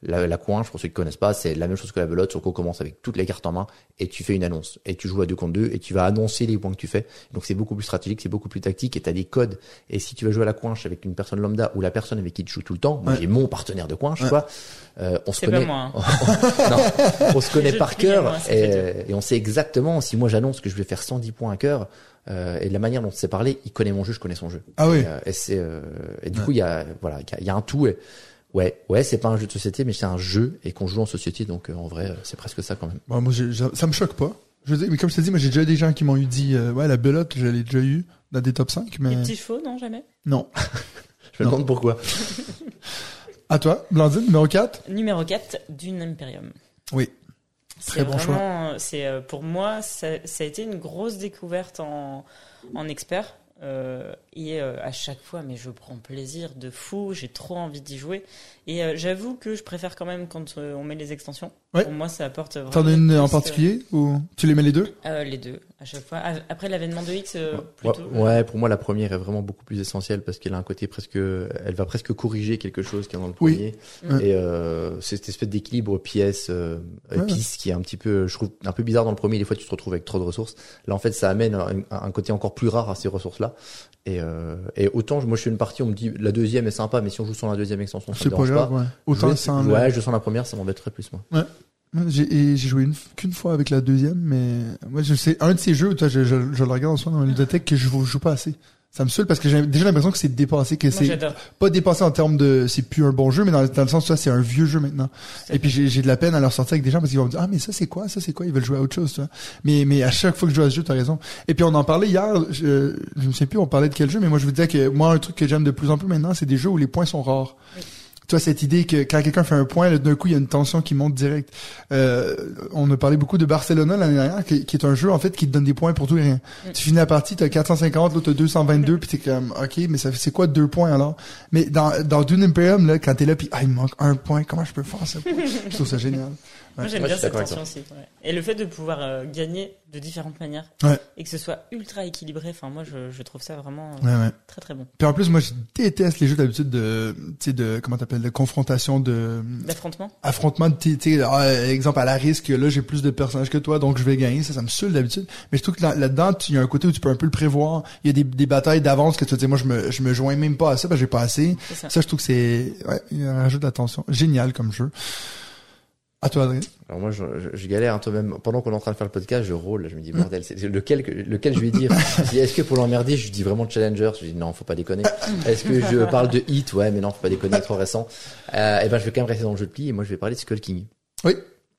La, la coinche, pour ceux qui connaissent pas, c'est la même chose que la belote, sauf qu'on commence avec toutes les cartes en main et tu fais une annonce. Et tu joues à deux contre deux et tu vas annoncer les points que tu fais. Donc c'est beaucoup plus stratégique, c'est beaucoup plus tactique et t'as des codes. Et si tu vas jouer à la coinche avec une personne lambda ou la personne avec qui tu joues tout le temps, moi ouais. j'ai mon partenaire de coinche, ouais. quoi. Euh, on se c'est connaît. pas moi, hein. non, on se connaît Je par prie, cœur moi, c'est et, fait et on sait exactement si moi j'annonce que je vais faire cent dix points à cœur. Euh, et de la manière dont c'est parlé, il connaît mon jeu, je connais son jeu. Ah oui. Et, euh, et c'est euh, et du ouais. coup il y a voilà il y a, il y a un tout. Et, ouais ouais c'est pas un jeu de société mais c'est un jeu et qu'on joue en société donc euh, en vrai euh, c'est presque ça quand même. Bon, moi, j'ai, ça me choque pas. Je veux dire, mais comme je t'ai dit, moi j'ai déjà des gens qui m'ont eu dit, euh, ouais la belote, je l'ai déjà eu dans des top cinq, mais Les petits chevaux, non, jamais? non. Je me demande pourquoi. À toi, Blandine, numéro quatre. Numéro quatre, Dune Imperium. Oui. C'est Très bon vraiment, c'est euh, pour moi, ça, ça a été une grosse découverte en, en expert. Euh, et euh, à chaque fois, mais je prends plaisir de fou. J'ai trop envie d'y jouer. Et euh, j'avoue que je préfère quand même quand euh, on met les extensions. Ouais. Pour moi, ça apporte vraiment. T'en as une plus, en particulier ou tu les mets les deux? euh, Les deux, à chaque fois. Après l'avènement de X, euh, Ouais, plutôt. ouais, pour moi la première est vraiment beaucoup plus essentielle parce qu'elle a un côté presque, elle va presque corriger quelque chose qui est dans le Oui. premier. Ouais. Et euh, c'est cette espèce d'équilibre pièce euh, Ouais. épice qui est un petit peu, je trouve, un peu bizarre dans le premier. Des fois, tu te retrouves avec trop de ressources. Là, en fait, ça amène un, un côté encore plus rare à ces ressources-là. Et, euh, et autant, moi, je fais une partie, on me dit la deuxième est sympa, mais si on joue sur la deuxième extension, ça C'est me pas dérange grave, pas. ouais. Autant Jouer- sans. ouais, je sens la première, ça m'embêterait plus moi. J'ai, et j'ai joué une, qu'une fois avec la deuxième, mais moi je sais un de ces jeux, toi, je, je, je le regarde en soi dans ma ludothèque que je joue pas assez. Ça me saoule parce que j'ai déjà l'impression que c'est dépassé, que Moi, c'est j'adore. pas dépassé en termes de, c'est plus un bon jeu, mais dans, dans le sens où ça c'est un vieux jeu maintenant. Et puis j'ai, j'ai de la peine à leur sortir avec des gens parce qu'ils vont me dire ah mais ça c'est quoi, ça c'est quoi, ils veulent jouer à autre chose, tu vois. Mais mais à chaque fois que je joue à ce jeu, t'as raison. Et puis on en parlait hier, je, je me sais plus on parlait de quel jeu, mais moi je vous disais que moi un truc que j'aime de plus en plus maintenant, c'est des jeux où les points sont rares. Oui. Tu vois, cette idée que quand quelqu'un fait un point, là, d'un coup, il y a une tension qui monte direct. Euh, on a parlé beaucoup de Barcelona l'année dernière, qui, qui est un jeu, en fait, qui te donne des points pour tout et rien. Mm. Tu finis la partie, t'as quatre cent cinquante, l'autre t'as deux cent vingt-deux, puis t'es comme, OK, mais ça, c'est quoi deux points, alors? Mais dans, dans Dune Imperium, là, quand t'es là, puis ah, il me manque un point, comment je peux faire ça? Je trouve ça génial. Moi, j'aime Moi, bien je suis cette d'accord avec tension aussi. Ouais. Et le fait de pouvoir euh, gagner de différentes manières. Ouais. Et que ce soit ultra équilibré. Enfin, moi, je, je trouve ça vraiment euh, Ouais, ouais. très, très bon. Puis en plus, moi, je déteste les jeux d'habitude de, tu sais, de, comment t'appelles, de confrontation, de, D'affrontement. affrontement de, tu sais, ah, exemple, à la risque, là, j'ai plus de personnages que toi, donc je vais gagner. Ça, ça me saoule d'habitude. Mais je trouve que là- là-dedans, tu- il y a un côté où tu peux un peu le prévoir. Il y a des, des batailles d'avance que tu te dis, moi, je me, je me joins même pas à ça, parce que j'ai pas assez. C'est ça. Ça, je trouve que c'est, ouais, il y a un rajout d'attention. Génial comme jeu. À toi, Adrien. Alors moi, je, je, je galère un peu même. Pendant qu'on est en train de faire le podcast, je rôle. Je me dis bordel, c'est c'est lequel, que- lequel je vais dire. Je dis, est-ce que pour l'emmerder, je dis vraiment Challenger. Je dis non, faut pas déconner. Est-ce que je parle de Hit? Ouais, mais non, faut pas déconner, trop récent. Euh, et ben, je vais quand même rester dans le jeu de pli. Et moi, je vais parler de Skull King. Oui.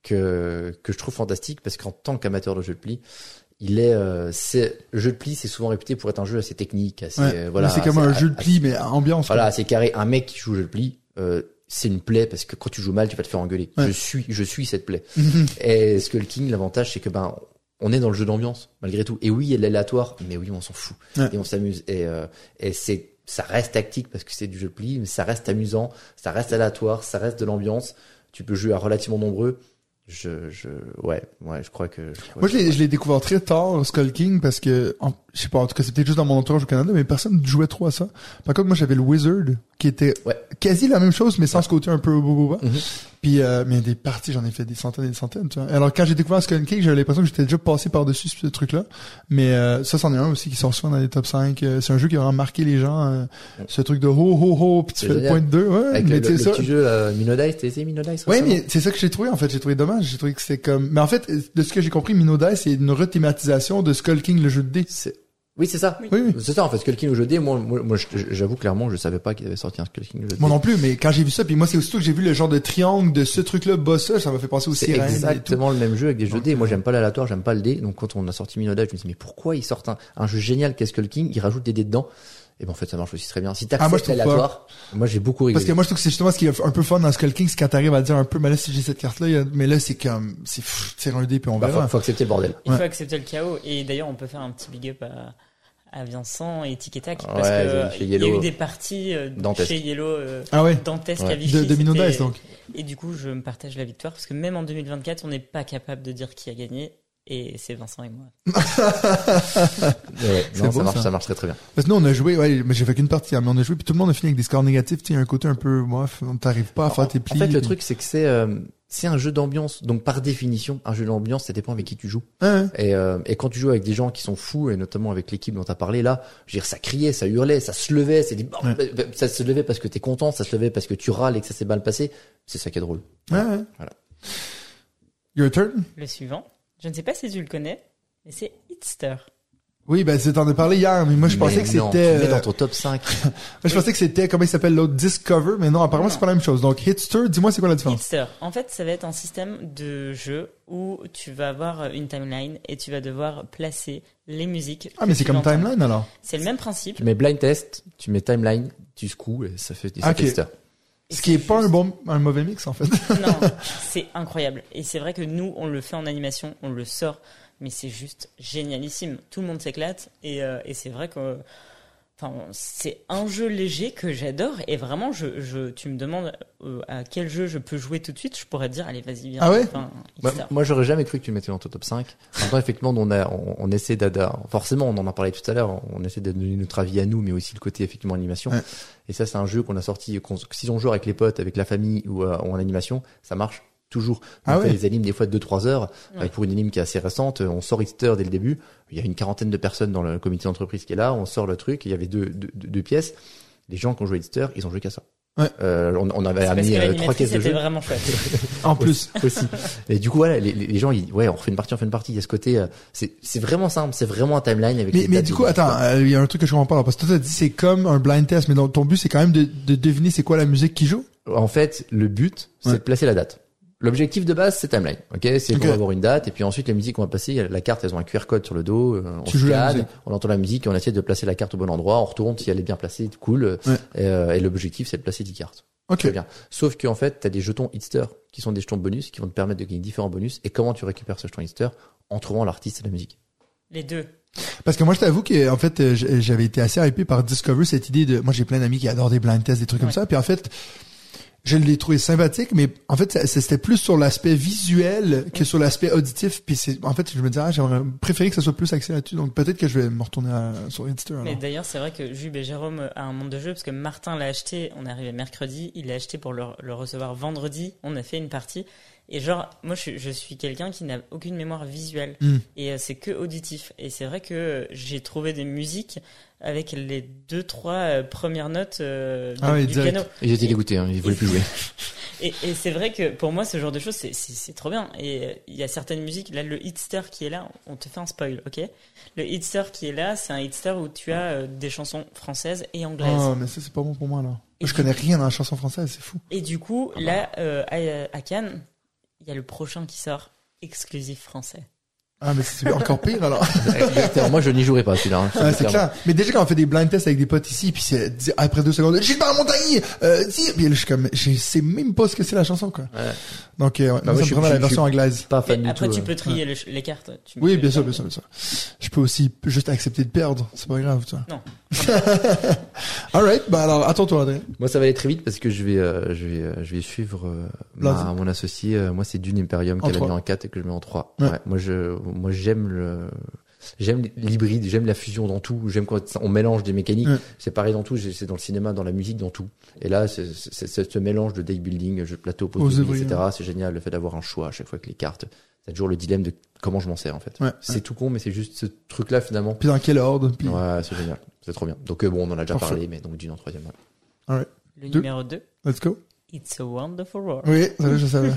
Que que je trouve fantastique parce qu'en tant qu'amateur de jeu de pli, il est, euh, c'est le jeu de pli, c'est souvent réputé pour être un jeu assez technique, assez Ouais. euh, voilà. Mais c'est comme assez- un jeu de pli, mais ambiance. Voilà, assez carré. Un mec qui joue au jeu de pli. Euh, c'est une plaie parce que quand tu joues mal, tu vas te faire engueuler. Ouais. Je suis, je suis cette plaie. quoi. Et Skull King, l'avantage, c'est que ben, on est dans le jeu d'ambiance malgré tout. Et oui, elle est aléatoire, mais oui, on s'en fout Ouais. et on s'amuse. Et, euh, et c'est, ça reste tactique parce que c'est du jeu de pli, mais ça reste amusant, ça reste aléatoire, ça reste de l'ambiance. Tu peux jouer à relativement nombreux. Je, je, ouais, ouais, je crois que. Je crois Moi, que- je l'ai, je l'ai découvert très tard, Skull King, parce que, en, je sais pas, en tout cas, c'était juste dans mon entourage au Canada, mais personne jouait trop à ça. Par contre, moi, j'avais le Wizard, qui était Ouais. quasi la même chose, mais sans ce côté un peu boboba. Mhm. Puis, euh, mais des parties, j'en ai fait des centaines et des centaines, tu vois. Alors, quand j'ai découvert Skull King, j'avais l'impression que j'étais déjà passé par-dessus ce truc-là. Mais, euh, ça, c'en est un aussi qui sort souvent dans les top cinq. Euh, c'est un jeu qui a vraiment marqué les gens, euh, ce truc de ho, ho, ho, puis tu C'est fais le génial. point de deux, ouais. Avec mais le, tu sais le ça. petit jeu là, Minodice, t'as essayé Minodice Ouais, récemment mais c'est ça que j'ai trouvé, en fait. J'ai trouvé dommage. J'ai trouvé que c'était comme, mais en fait, de ce que j'ai compris, Minodice, c'est une rethématisation de Skull King, le jeu de dés. C'est- Oui, c'est ça. Oui, oui. C'est ça, en fait, Skull King au jeu de dés. Moi, moi, moi, je- j'avoue clairement, je savais pas qu'il avait sorti un Skull King au jeu de Moi dés. non plus, mais quand j'ai vu ça, puis moi c'est aussitôt que j'ai vu le genre de triangle de ce truc-là, bossa, ça m'a fait penser au C'est sirène et tout. exactement le même jeu avec des jeux de Donc, dés. Moi, euh, j'aime pas l'aléatoire, j'aime pas le dé. Donc, quand on a sorti Minodice, je me suis dit, mais pourquoi ils sortent un, un jeu génial qu'est Skull King, ils rajoutent des dés dedans? Et ben, en fait, ça marche aussi très bien. Si Ah, moi, je t'acceptes trouve l'aléatoire, moi, j'ai beaucoup rigolé. Parce que moi je trouve que c'est justement ce qui est un peu fun dans Skull King, c'est quand t'arrives à dire un peu, mais là si j'ai cette carte-là, il y a- mais là c'est comme, c'est pff, tire un dé puis on Bah, verra. faut, faut accepter le bordel. Il Ouais. faut accepter le chaos. Et d'ailleurs, on peut faire un petit big up à, à Vincent et Tic et Tac. Parce Ouais, que chez il y a Yellow. eu des parties euh, Dantesques. chez Yellow euh, Ah ouais. dantesques Ouais. à Vichy. De, de Minodice c'était- donc. Et du coup, je me partage la victoire parce que même en deux mille vingt-quatre, on n'est pas capable de dire qui a gagné. Et c'est Vincent et moi. Ouais, C'est non, beau, ça marche, ça. ça marche très très bien. Parce que nous, on a joué, ouais, mais j'ai fait qu'une partie, hein, mais on a joué, puis tout le monde a fini avec des scores négatifs, tu sais, un côté un peu, bref, on t'arrive pas à faire tes En plis. fait, le puis- truc, c'est que c'est euh, c'est un jeu d'ambiance. Donc, par définition, un jeu d'ambiance, ça dépend avec qui tu joues. Ouais, ouais. Et, euh, et quand tu joues avec des gens qui sont fous, et notamment avec l'équipe dont tu as parlé là, je veux dire, ça criait, ça hurlait, ça se levait, c'est des... Ouais. ça se levait parce que t'es content, ça se levait parce que tu râles et que ça s'est mal passé. C'est ça qui est drôle. Ouais, ouais. Voilà. Your turn? Le suivant, je ne sais pas si tu le connais, mais c'est Hitster. Oui, ben, c'est, t'en as parlé hier, mais moi, je pensais Mais que non, c'était, tu le mets euh, dans ton top cinq. moi, je pensais que c'était, comment il s'appelle l'autre, Discover, mais non, apparemment, Non. c'est pas la même chose. Donc, Hitster, dis-moi, c'est quoi la différence? Hitster, en fait, ça va être un système de jeu où tu vas avoir une timeline et tu vas devoir placer les musiques. Ah, que mais c'est tu comme vas entendre. Timeline, alors. C'est le même principe. Tu mets blind test, tu mets timeline, tu secoues et ça fait des Ok. tester. Et Ce qui est c'est pas un juste- bon, un mauvais mix, en fait. Non, c'est incroyable. Et c'est vrai que nous, on le fait en animation, on le sort, mais c'est juste génialissime. Tout le monde s'éclate et, euh, et c'est vrai que, enfin, c'est un jeu léger que j'adore et vraiment, je, je, tu me demandes euh, à quel jeu je peux jouer tout de suite, je pourrais te dire, allez, vas-y, viens. Ah ouais Enfin, Moi, Hitster. moi, j'aurais jamais cru que tu le mettais dans ton top cinq. En même temps, effectivement, on a, on, on essaie d'adapter, forcément, on en a parlé tout à l'heure, on essaie de donner notre avis à nous, mais aussi le côté, effectivement, animation. Ouais. Et ça, c'est un jeu qu'on a sorti, qu'on- si on joue avec les potes, avec la famille ou, euh, ou en animation, ça marche toujours. On Ah fait ouais. des animes des fois de deux trois heures. Ouais. Euh, pour une anime qui est assez récente, on sort Hitster dès le début. Il y a une quarantaine de personnes dans le comité d'entreprise qui est là, on sort le truc, il y avait deux, deux, deux, deux pièces. Les gens qui ont joué Hitster, ils ont joué qu'à ça. Ouais. Euh, on, on avait C'est parce amené que euh, trois l'animatrice caisses de était jeux. vraiment chouette. En plus. Aussi. Et du coup, voilà, les, les gens, ils, ouais, on refait une partie, on fait une partie. Il y a ce côté, euh, c'est, c'est vraiment simple, c'est vraiment un timeline avec Mais, les mais dates du et coup, les- attends, euh, il y a un truc que je comprends pas, là, parce que toi, t'as dit c'est comme un blind test, mais donc, ton but, c'est quand même de, de deviner c'est quoi la musique qui joue? En fait, le but, c'est Ouais. de placer la date. L'objectif de base, c'est timeline. Ok, c'est Ok. qu'on va avoir une date, et puis ensuite, les musiques qu'on va passer, il y a la carte, elles ont un Q R code sur le dos, euh, on Tu joues la scanne, musique. on entend la musique, et on essaie de placer la carte au bon endroit, on retourne, si elle est bien placée, cool. Ouais. Et, euh, et l'objectif, c'est de placer dix cartes. Ok. Très bien. Sauf qu'en fait, t'as des jetons Hitster, qui sont des jetons bonus, qui vont te permettre de gagner différents bonus, et comment tu récupères ce jeton Hitster? En trouvant l'artiste et la musique. Les deux. Parce que moi, je t'avoue que, en fait, euh, j- j'avais été assez hypé par Discover, cette idée de, moi, j'ai plein d'amis qui adorent des blind tests, des trucs Ouais. comme ça, puis en fait, je l'ai trouvé sympathique, mais en fait, ça- c'était plus sur l'aspect visuel que sur l'aspect auditif, puis c'est, en fait, je me disais, ah, j'aimerais préférer que ça soit plus axé là-dessus, donc peut-être que je vais me retourner à, sur Hitster, alors. Mais d'ailleurs, c'est vrai que Jube et Jérôme a un monde de jeu parce que Martin l'a acheté, on est arrivé mercredi, il l'a acheté pour le, le recevoir vendredi, on a fait une partie. Et genre, moi je, je suis quelqu'un qui n'a aucune mémoire visuelle Mm. et euh, c'est que auditif. Et c'est vrai que euh, j'ai trouvé des musiques avec les deux, trois euh, premières notes euh, de- Ah oui, du direct. piano. Et j'étais dégoûté, hein, ils voulaient plus jouer. Et, et c'est vrai que pour moi, ce genre de choses, c'est, c'est, c'est trop bien. Et euh, il y a certaines musiques, là, le Hitster qui est là, on te fait un spoil, ok? Le Hitster qui est là, c'est un Hitster où tu as euh, des chansons françaises et anglaises. Oh, mais ça, c'est pas bon pour moi, là. Et je du connais rien dans la chanson française, c'est fou. Et du coup, là, euh, à, à Cannes, il y a le prochain qui sort, exclusif français. Ah, mais c'est encore pire, alors. Exactement. Moi, je n'y jouerai pas, celui-là. hein. Ah, c'est Clairement. clair. Mais déjà, quand on fait des blind tests avec des potes ici, puis c'est, dis- après deux secondes, Gilbert Montagny, euh, dis, puis là, je suis comme, je sais même pas ce que c'est la chanson, quoi. Ouais. Donc, euh, ouais, Bah, moi, moi, ça je me suis- prendrait la je- version je- anglaise. Pas fan Mais du après, tout. tu euh. peux trier les, les cartes. Tu Oui, peux- bien sûr, bien sûr, bien sûr. Je peux aussi p- juste accepter de perdre. C'est pas grave, ça. Non. Alright. Bah, alors, attends, toi, Adrien. Moi, ça va aller très vite parce que je vais, euh, je vais, euh, je vais suivre euh, ma, Vas-y. mon associé. Euh, moi, c'est Dune Imperium En qu'elle a mis trois. en quatre et que je mets en trois. Ouais. Ouais. Moi, je, moi, j'aime le, j'aime l'hybride, j'aime la fusion dans tout. J'aime quand on mélange des mécaniques. Ouais. C'est pareil dans tout. j'ai- C'est dans le cinéma, dans la musique, dans tout. Et là, c'est, c'est, c'est ce mélange de deck building, jeu de plateau, Aux pose de œuvres, et cetera. C'est génial. Le fait d'avoir un choix à chaque fois avec les cartes. C'est toujours le dilemme de comment je m'en sers, en fait. Ouais. C'est tout con, mais c'est juste ce truc-là, finalement. Puis dans quel ordre, puis. Ouais, c'est génial. C'est trop bien. Donc, euh, bon, on en a déjà Parfait. parlé, mais donc Dune en troisième. Ouais. Le Deux. numéro deux, Let's go. It's a Wonderful World. Oui, ça, là, je savais.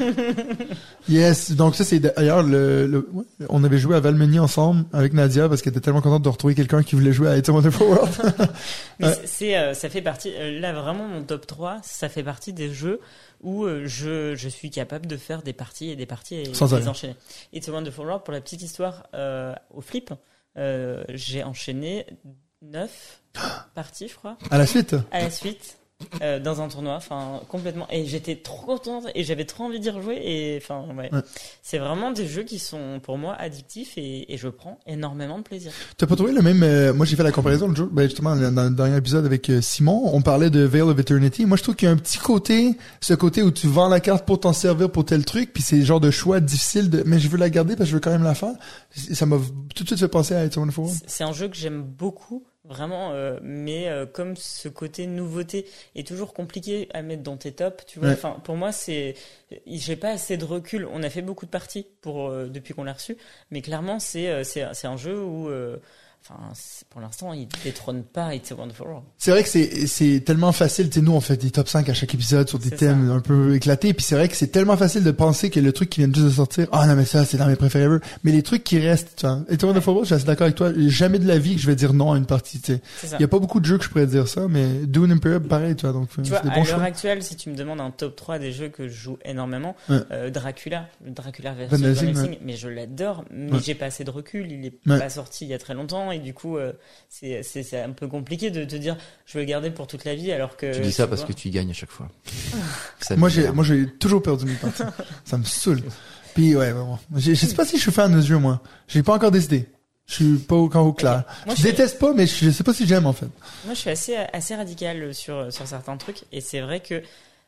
Yes. Donc, ça, c'est d'ailleurs le, le, ouais, on avait joué à Valmeny ensemble avec Nadia parce qu'elle était tellement contente de retrouver quelqu'un qui voulait jouer à It's a Wonderful World. Mais Ouais. c'est, c'est, euh, ça fait partie, euh, là vraiment mon top trois, ça fait partie des jeux où euh, je, je suis capable de faire des parties et des parties et Sans les arrêt. enchaîner. It's a Wonderful World, pour la petite histoire, euh, au flip, euh, j'ai enchaîné neuf parties, je crois, À la suite. à la suite. euh, dans un tournoi, enfin complètement. Et j'étais trop contente et j'avais trop envie d'y rejouer. Et enfin, ouais. Ouais. C'est vraiment des jeux qui sont pour moi addictifs et, et je prends énormément de plaisir. T'as pas trouvé le même euh, moi j'ai fait la comparaison le jour, ben justement dans dans le dernier épisode avec euh, Simon, on parlait de Veil of Eternity. Moi je trouve qu'il y a un petit côté, ce côté où tu vends la carte pour t'en servir pour tel truc, puis c'est le genre de choix difficile de mais je veux la garder parce que je veux quand même la faire. Ça m'a tout de suite fait penser à It's a Wonderful World. C'est un jeu que j'aime beaucoup, vraiment, euh, mais euh, comme ce côté nouveauté est toujours compliqué à mettre dans tes tops, tu vois. Ouais. Enfin, pour moi, c'est, j'ai pas assez de recul. On a fait beaucoup de parties pour euh, depuis qu'on l'a reçu, mais clairement, c'est euh, c'est c'est un jeu où, euh, enfin, c'est- pour l'instant, il détrône pas It's a Wonderful World. C'est vrai que c'est c'est tellement facile, tu sais nous on fait des top cinq à chaque épisode sur des C'est thèmes ça. un peu éclatés, puis c'est vrai que c'est tellement facile de penser que le truc qui vient juste de sortir, ah non mais ça c'est dans mes préférés ever. Mais les trucs qui restent, tu vois. Et toi Wonderful World, je suis assez d'accord avec toi, jamais de la vie que je vais dire non à une partie, tu sais. C'est ça. Il y a pas beaucoup de jeux que je pourrais dire ça, mais Dune Imperium pareil, tu vois, donc Tu c'est vois, des à bons l'heure choix. actuelle, si tu me demandes un top trois des jeux que je joue énormément, Ouais. euh, Dracula, le Dracula versus Van Van Helsing, Helsing, ouais. mais je l'adore, mais Ouais. j'ai pas assez de recul, il est Ouais. pas sorti il y a très longtemps, et du coup, euh, c'est c'est c'est un peu compliqué de te dire, je vais le garder pour toute la vie, alors que... Tu dis ça tu parce vois. que tu y gagnes à chaque fois. Ça Moi me j'ai énerve. moi j'ai toujours perdu mes parties. Ça me saoule. Puis ouais, bon, je je sais pas si je suis fan de ce jeu moi. J'ai pas encore décidé. Je suis pas encore au clair. Moi, je je- déteste pas mais je, je sais pas si j'aime en fait. Moi, je suis assez, assez radical sur, sur certains trucs, et c'est vrai que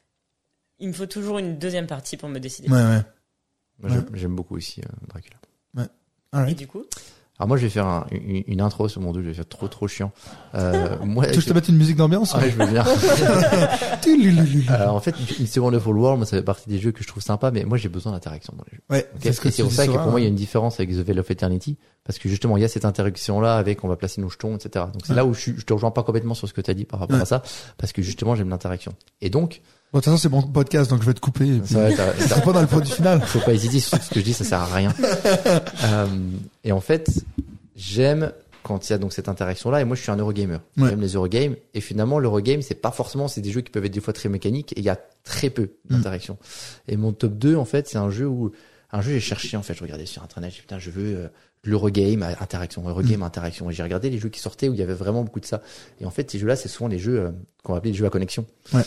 il me faut toujours une deuxième partie pour me décider. Ouais ouais. Moi, j'aime- j'aime beaucoup aussi euh, Dracula. Et Alright. du coup, Alors moi je vais faire un- une, une intro sur mon dos, je vais faire trop trop chiant. Euh, moi, Tu veux que je te mette une musique d'ambiance? Ouais, je veux bien. Tulululu. Alors en fait, It's a Wonderful World, moi ça fait partie des jeux que je trouve sympa, mais moi j'ai besoin d'interaction dans les jeux. Ouais, Ok. c'est ce que Et tu c'est pour dis ça que souvent, pour moi il y a hein. une différence avec The Veil of Eternity, parce que justement il y a cette interaction là avec on va placer nos jetons, et cetera. Donc c'est Ouais. là où je, suis- je te rejoins pas complètement sur ce que tu as dit par rapport Ouais. à ça, parce que justement j'aime l'interaction. Et donc, Bon, de toute façon, c'est mon podcast, donc je vais te couper. Et puis... ça va, t'as- t'as- C'est pas dans le produit final. faut pas hésiter sur ce que je dis, ça sert à rien. Euh, et en fait, j'aime quand il y a donc cette interaction là, et moi je suis un Eurogamer. Ouais. J'aime les Eurogames, et finalement l'Eurogame c'est pas forcément, c'est des jeux qui peuvent être des fois très mécaniques, et il y a très peu d'interaction. Et mon top deux en fait c'est un jeu où un jeu j'ai cherché en fait, je regardais sur internet, je dis putain je veux euh, l'Eurogame à interaction, Eurogame à interaction, et j'ai regardé les jeux qui sortaient où il y avait vraiment beaucoup de ça. Et en fait ces jeux là c'est souvent les jeux euh, qu'on va appeler les jeux à connexion. Ouais.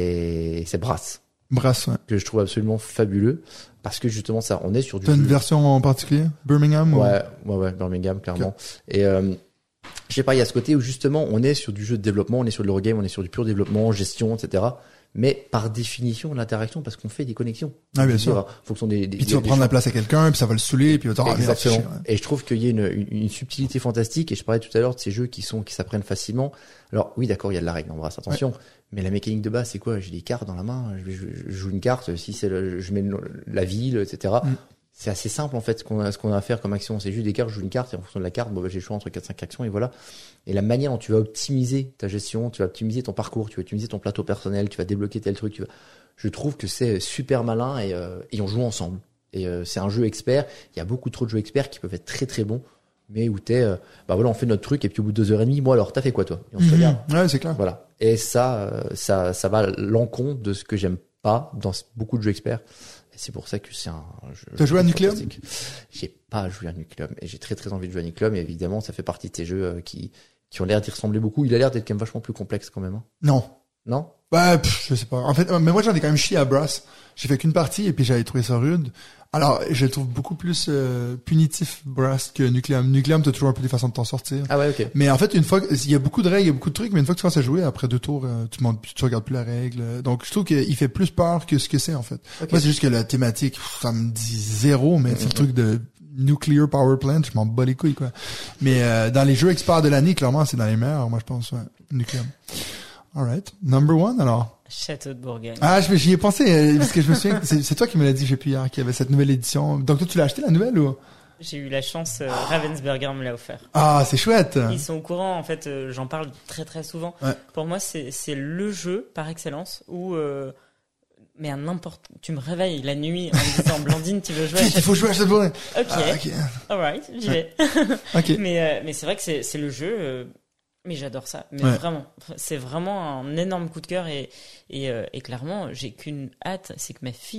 Et c'est Brass Brass, ouais. que je trouve absolument fabuleux, parce que justement ça on est sur du T'as une jeu- version en particulier? Birmingham? ou- Ouais, ouais, ouais, Birmingham, clairement. Et euh, je sais pas, il y a ce côté où justement on est sur du jeu de développement, on est sur de l'Eurogame, on est sur du pur développement, gestion, et cetera. Mais par définition, l'interaction, parce qu'on fait des connexions. Ah, bien Je veux sûr. dire, en fonction des, des Puis tu des- vas des prendre la choix. place à quelqu'un, puis ça va le saouler, puis il va te dire, ah, merde, c'est Exactement. chiant, ouais. Et je trouve qu'il y a une, une, une subtilité fantastique. Et je parlais tout à l'heure de ces jeux qui sont qui s'apprennent facilement. Alors oui, d'accord, il y a de la règle en Brass, attention. Mais la mécanique de base, c'est quoi? J'ai des cartes dans la main. Je, je, je joue une carte. Si c'est le, je mets le- la ville, et cetera. Mm. C'est assez simple en fait ce qu'on a, ce qu'on a à faire comme action. C'est juste des cartes. Je joue une carte et en fonction de la carte, bon, bah, j'ai le choix entre quatre cinq actions et voilà. Et la manière dont tu vas optimiser ta gestion, tu vas optimiser ton parcours, tu vas optimiser ton plateau personnel, tu vas débloquer tel truc. Tu vas... Je trouve que c'est super malin et, euh, et on joue ensemble. Et euh, c'est un jeu expert. Il y a beaucoup trop de jeux experts qui peuvent être très très bons, mais où t'es, euh, bah voilà, on fait notre truc et puis au bout de deux heures et demie, moi alors t'as fait quoi toi? Et on se regarde. Mhm. Ouais, c'est clair. Voilà. Et ça, euh, ça, ça va à l'encontre de ce que j'aime pas dans ce- beaucoup de jeux experts. Et c'est pour ça que c'est un jeu. T'as joué à Nucleum? fantastique. J'ai pas joué à Nucleum et j'ai très très envie de jouer à Nucleum. Et évidemment, ça fait partie de ces jeux euh, qui qui ont l'air d'y ressembler beaucoup. Il a l'air d'être quand même vachement plus complexe quand même. Hein. Non. Non? Ouais, pff, je sais pas. En fait, euh, mais moi j'en ai quand même chié à Brass. J'ai fait qu'une partie et puis j'avais trouvé ça rude. Alors, je le trouve beaucoup plus euh, punitif Brass que Nucleum. Nucleum, t'as toujours un peu des façons de t'en sortir. Ah ouais, ok. Mais en fait, une fois, que- il y a beaucoup de règles, il y a beaucoup de trucs, mais une fois que tu commences à jouer, après deux tours, euh, tu montes, tu regardes plus la règle. Donc, je trouve qu'il fait plus peur que ce que c'est, en fait. Ok. Moi, c'est juste que la thématique, pff, ça me dit zéro, mais c'est le truc de nuclear power plant, je m'en bats les couilles, quoi. Mais euh, dans les jeux experts de l'année, clairement, c'est dans les meilleurs, moi, je pense, ouais. Nucleum. Alright. Number one, alors. Château de Bourgogne. Ah, je, j'y ai pensé, euh, parce que je me souviens, que c'est, c'est toi qui me l'as dit, j'ai pu hier, qu'il y avait cette nouvelle édition. Donc, toi, tu l'as acheté, la nouvelle, ou? J'ai eu la chance, euh, Ravensburger me l'a offert. Ah, c'est chouette. Ils sont au courant, en fait, euh, j'en parle très très souvent. Ouais. Pour moi, c'est c'est le jeu par excellence où, euh, mais à n'importe, tu me réveilles la nuit en me disant Blandine, tu veux jouer à Il faut jouer à cette journée. Ok, Ah, ok. alright, j'y vais. Ok. Mais euh, mais c'est vrai que c'est c'est le jeu. euh, mais j'adore ça. Mais Ouais. vraiment, c'est vraiment un énorme coup de cœur et et, euh, et clairement, j'ai qu'une hâte, c'est que ma fille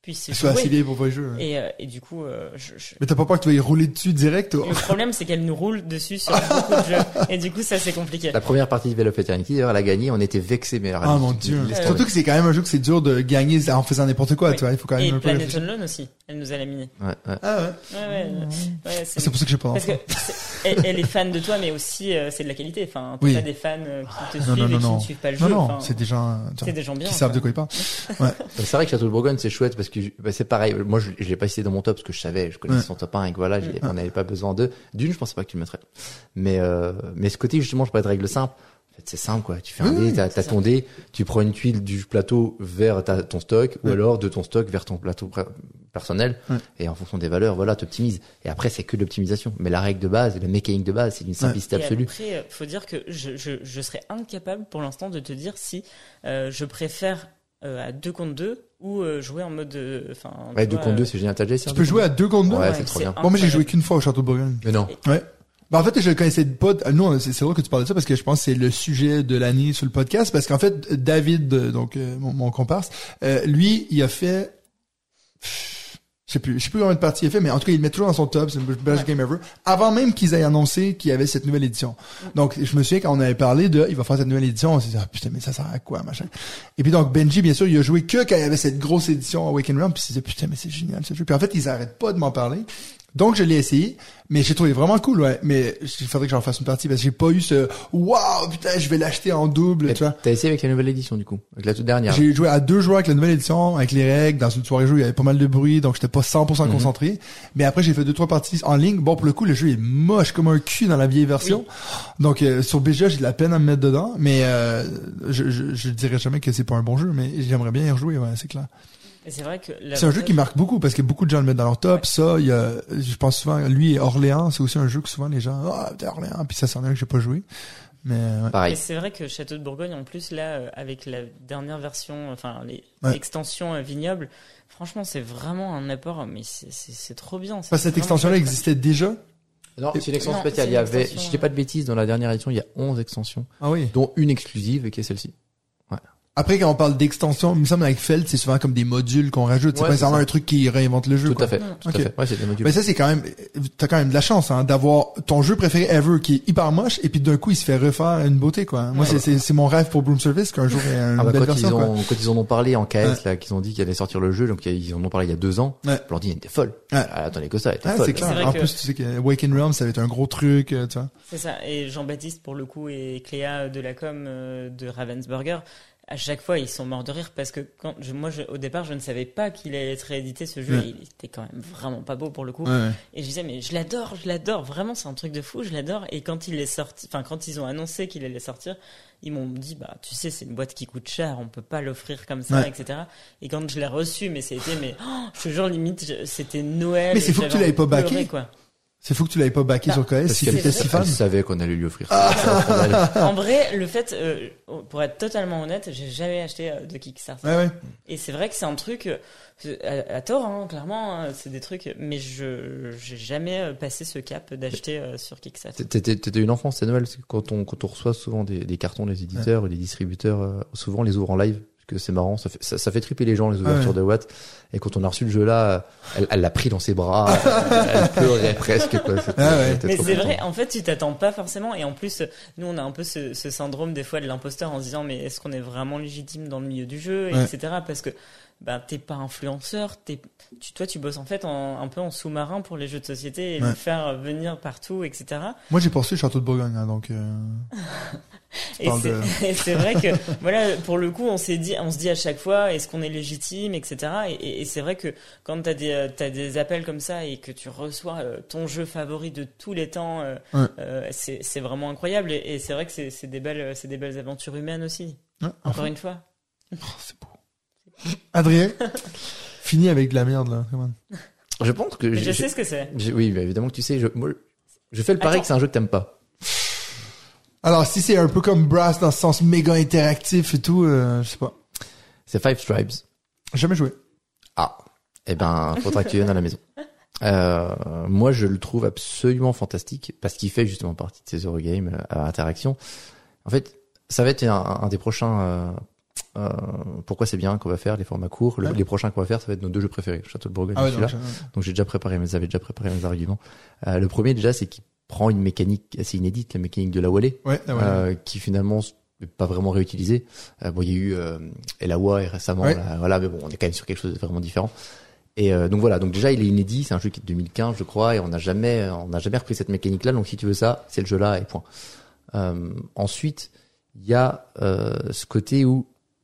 puisse Je suis assez jouer. vieille pour pas y jouer. Ouais. Et, euh, et du coup, euh, je, je... Mais t'as pas peur que tu vas y rouler dessus direct, toi? le problème, c'est qu'elle nous roule dessus sur beaucoup de jeux. Et du coup, ça, c'est compliqué. La première partie de Veil of Eternity, d'ailleurs, elle a gagné, on était vexés, mais alors, Ah elle- mon elle- dieu. elle- Surtout que c'est quand même un jeu que c'est dur de gagner en faisant n'importe quoi, Oui. tu vois. Il faut quand même Et un peu Planet réfléchir. Unknown aussi, elle nous a laminé. Ouais, ouais. Ah ouais. Ouais, ouais, ouais, c'est... C'est pour ça que j'ai pas Parce que d'enfant. c'est- elle, elle est fan de toi, mais aussi euh, c'est de la qualité. Enfin, t'as Oui. pas des fans euh, qui te Non, suivent non, et non, qui non. ne suivent pas le Non, jeu. non, Enfin, c'est des gens, tu vois, c'est des gens bien. qui savent quoi. de quoi ils parlent. C'est vrai que Château de Bourgogne, c'est chouette parce que bah, c'est pareil. Moi, je, je l'ai pas cité dans mon top parce que je savais, je connaissais Ouais. son top un et que voilà, j'ai- on n'avait pas besoin d'eux. D'une, je pensais pas que tu le mettrais. Mais, euh, mais ce côté, justement, je parlais de règles simples. En fait, c'est simple, quoi. Tu fais un Oui, dé, oui, t'as, t'as ton dé, tu prends une tuile du plateau vers ta, ton stock, ou Ouais. alors de ton stock vers ton plateau pr- personnel. Ouais. Et en fonction des valeurs, voilà, t'optimises. Et après, c'est que de l'optimisation. Mais la règle de base, la mécanique de base, c'est d'une simplicité Et absolue. après, euh, faut dire que je, je, je serais incapable pour l'instant de te dire si euh, je préfère euh, à deux contre deux ou euh, jouer en mode. euh, Enfin. Ouais, tu deux vois, contre deux, euh, c'est génial. T'as déjà essayé Tu un peux deux jouer à deux contre deux? Ouais, ouais, c'est trop bien. Bon, moi, j'ai joué incroyable. qu'une fois au Château de Bourgogne. Mais non. Ouais. Bah, en fait, je le connaissais pas. Nous, c'est c'est drôle que tu parles de ça parce que je pense que c'est le sujet de l'année sur le podcast parce qu'en fait, David, euh, donc euh, mon, mon comparse, euh, lui, il a fait, je sais plus, je sais plus combien de parties il a fait, mais en tout cas, il le met toujours dans son top, c'est le best Ouais. game ever. Avant même qu'ils aient annoncé qu'il y avait cette nouvelle édition. Donc, je me souviens quand on avait parlé de, il va faire cette nouvelle édition, on s'est dit, ah, putain, mais ça sert à quoi, machin. Et puis donc, Benji, bien sûr, il a joué que quand il y avait cette grosse édition Awaken Realm, puis il s'est dit, putain, mais c'est génial ce jeu. Puis en fait, ils arrêtent pas de m'en parler. Donc, je l'ai essayé, mais j'ai trouvé vraiment cool, ouais. Mais il faudrait que j'en fasse une partie parce que j'ai pas eu ce, waouh, putain, je vais l'acheter en double, Et tu vois. T'as essayé avec la nouvelle édition, du coup. Avec la toute dernière. J'ai joué à deux joueurs avec la nouvelle édition, avec les règles, dans une soirée jeu, il y avait pas mal de bruit, donc j'étais pas cent pour cent Mhm. concentré. Mais après, j'ai fait deux, trois parties en ligne. Bon, pour le coup, le jeu est moche comme un cul dans la vieille version. Donc, euh, sur B G A, j'ai de la peine à me mettre dedans, mais euh, je, je, je dirais jamais que c'est pas un bon jeu, mais j'aimerais bien y rejouer, ouais, c'est clair. Et c'est vrai que. C'est un jeu qui marque beaucoup parce que beaucoup de gens le mettent dans leur top. Ça, il y a, je pense souvent, lui et Orléans, c'est aussi un jeu que souvent les gens, ah, t'es Orléans, puis ça, c'en est un que j'ai pas joué. Mais, ouais. Et Pareil. c'est vrai que Château de Bourgogne, en plus, là, euh, avec la dernière version, enfin, les Ouais. extensions euh, vignobles, franchement, c'est vraiment un apport, mais c'est, c'est, c'est trop bien. c'est Parce que cette vraiment extension-là chouette. existait déjà. Non, c'est une extension Non, spéciale. c'est Il y une avait, extension, si je dis pas de bêtises, dans la dernière édition, il y a onze extensions, Ah oui. dont une exclusive et qui est celle-ci. Après, quand on parle d'extension, il me semble avec Feld, c'est souvent comme des modules qu'on rajoute. C'est Ouais, pas c'est nécessairement ça. un truc qui réinvente le jeu. Tout quoi. à fait. Mm. Tout Ok. à fait. Ouais, c'est des modules. Mais ça, c'est quand même, t'as quand même de la chance, hein, d'avoir ton jeu préféré ever qui est hyper moche et puis d'un coup, il se fait refaire une beauté, quoi. Moi, c'est, c'est, c'est mon rêve pour Bloom Service qu'un jour il y ait une Ah bah, belle quand version, ils quoi. ont, quand ils en ont parlé en K S, Ouais. là, qu'ils ont dit qu'ils allaient sortir le jeu, donc ils en ont parlé il y a deux ans. Ouais. Blondine était folle. Ouais. Ah, attendez que ça, elle était Ah, folle. c'est clair. C'est vrai En que- plus, tu sais que Awaken Realm, ça va être un gros truc, euh, tu vois. C'est ça. Et Jean-Baptiste, pour le coup, et Cléa de la com euh, de Ravensburger, à chaque fois, ils sont morts de rire parce que quand je, moi, je, au départ, je ne savais pas qu'il allait être réédité ce jeu. Ouais. Et il était quand même vraiment pas beau pour le coup. Ouais, ouais. Et je disais, mais je l'adore, je l'adore. Vraiment, c'est un truc de fou, je l'adore. Et quand il est sorti, enfin, quand ils ont annoncé qu'il allait sortir, ils m'ont dit, bah, tu sais, c'est une boîte qui coûte cher, on peut pas l'offrir comme ça, Ouais. et cetera. Et quand je l'ai reçu, mais c'était, mais, oh, je te jure, limite, je- c'était Noël. Mais c'est fou que j'avais tu l'avais pas envie de backé. pleurer, quoi. C'est fou que tu l'avais pas backé Bah, sur K S Parce si qu'elle t'étais c'est si vrai. fan. elle savait qu'on allait lui offrir ça. C'est un problème. En vrai, le fait, euh, pour être totalement honnête, j'ai jamais acheté euh, de Kickstarter. Ouais, ouais. Et c'est vrai que c'est un truc, euh, à, à tort, hein, clairement, hein, c'est des trucs, mais je j'ai jamais euh, passé ce cap d'acheter euh, sur Kickstarter. T'étais, t'étais une enfance, c'est Noël, c'est quand on, quand on reçoit souvent des, des cartons des éditeurs et des distributeurs, euh, souvent on les ouvre en live. Parce que c'est marrant, ça fait, ça, ça fait triper les gens, les ouvertures Ouais. de Watt. Et quand on a reçu le jeu là, elle, elle l'a pris dans ses bras, elle, elle pleurait presque, quoi. C'était- Ah ouais. c'était Mais trop c'est content. vrai, en fait, tu t'attends pas forcément. Et en plus, nous, on a un peu ce, ce syndrome des fois de l'imposteur en se disant, mais est-ce qu'on est vraiment légitime dans le milieu du jeu, Ouais. et cetera. Parce que ben t'es pas influenceur, t'es, tu, toi, tu bosses en fait en, un peu en sous-marin pour les jeux de société et Ouais. le faire venir partout, et cetera. Moi, j'ai poursuivi le Château de Bourgogne, hein, donc, euh... Tu Et parles c'est, de- et c'est vrai que voilà, pour le coup, on s'est dit, on se dit à chaque fois, est-ce qu'on est légitime, et cetera. Et, et, et c'est vrai que quand t'as des euh, t'as des appels comme ça et que tu reçois euh, ton jeu favori de tous les temps, euh, Ouais. euh, c'est c'est vraiment incroyable. Et, et c'est vrai que c'est c'est des belles c'est des belles aventures humaines aussi. Ouais, Encore une fois. Oh, c'est beau. Adrien, fini avec de la merde, là. Come on. Je pense que Mais j'ai- je sais j'ai- ce que c'est. j'ai- oui, bah, évidemment que tu sais, je, moi, je fais le pari Attends. que c'est un jeu que t'aimes pas. Alors, si c'est un peu comme Brass dans ce sens méga interactif et tout, euh, je sais pas. C'est Five Tribes. Jamais joué. Ah. Eh ben, faudra que tu viennes à la maison. Euh, moi, je le trouve absolument fantastique parce qu'il fait justement partie de ces Eurogames euh, à interaction. En fait, ça va être un, un des prochains euh, Euh, pourquoi c'est bien qu'on va faire les formats courts. Le, ouais. Les prochains qu'on va faire, ça va être nos deux jeux préférés, Château de Bourgogne Ah ouais, et celui-là. non, je- Donc j'ai déjà préparé, mes, j'avais déjà préparé mes arguments. Euh, le premier déjà, c'est qu'il prend une mécanique assez inédite, la mécanique de la Wallée, Ouais, ah ouais. euh, qui finalement n'est pas vraiment réutilisée. Euh, bon, il y a eu euh, Elawa et récemment, Ouais. là, voilà, mais bon, on est quand même sur quelque chose de vraiment différent. Et euh, donc voilà, donc déjà il est inédit, c'est un jeu qui est de deux mille quinze, je crois, et on n'a jamais, on n'a jamais repris cette mécanique-là. Donc si tu veux ça, c'est le jeu-là et point. Euh, ensuite, il y a euh, ce côté où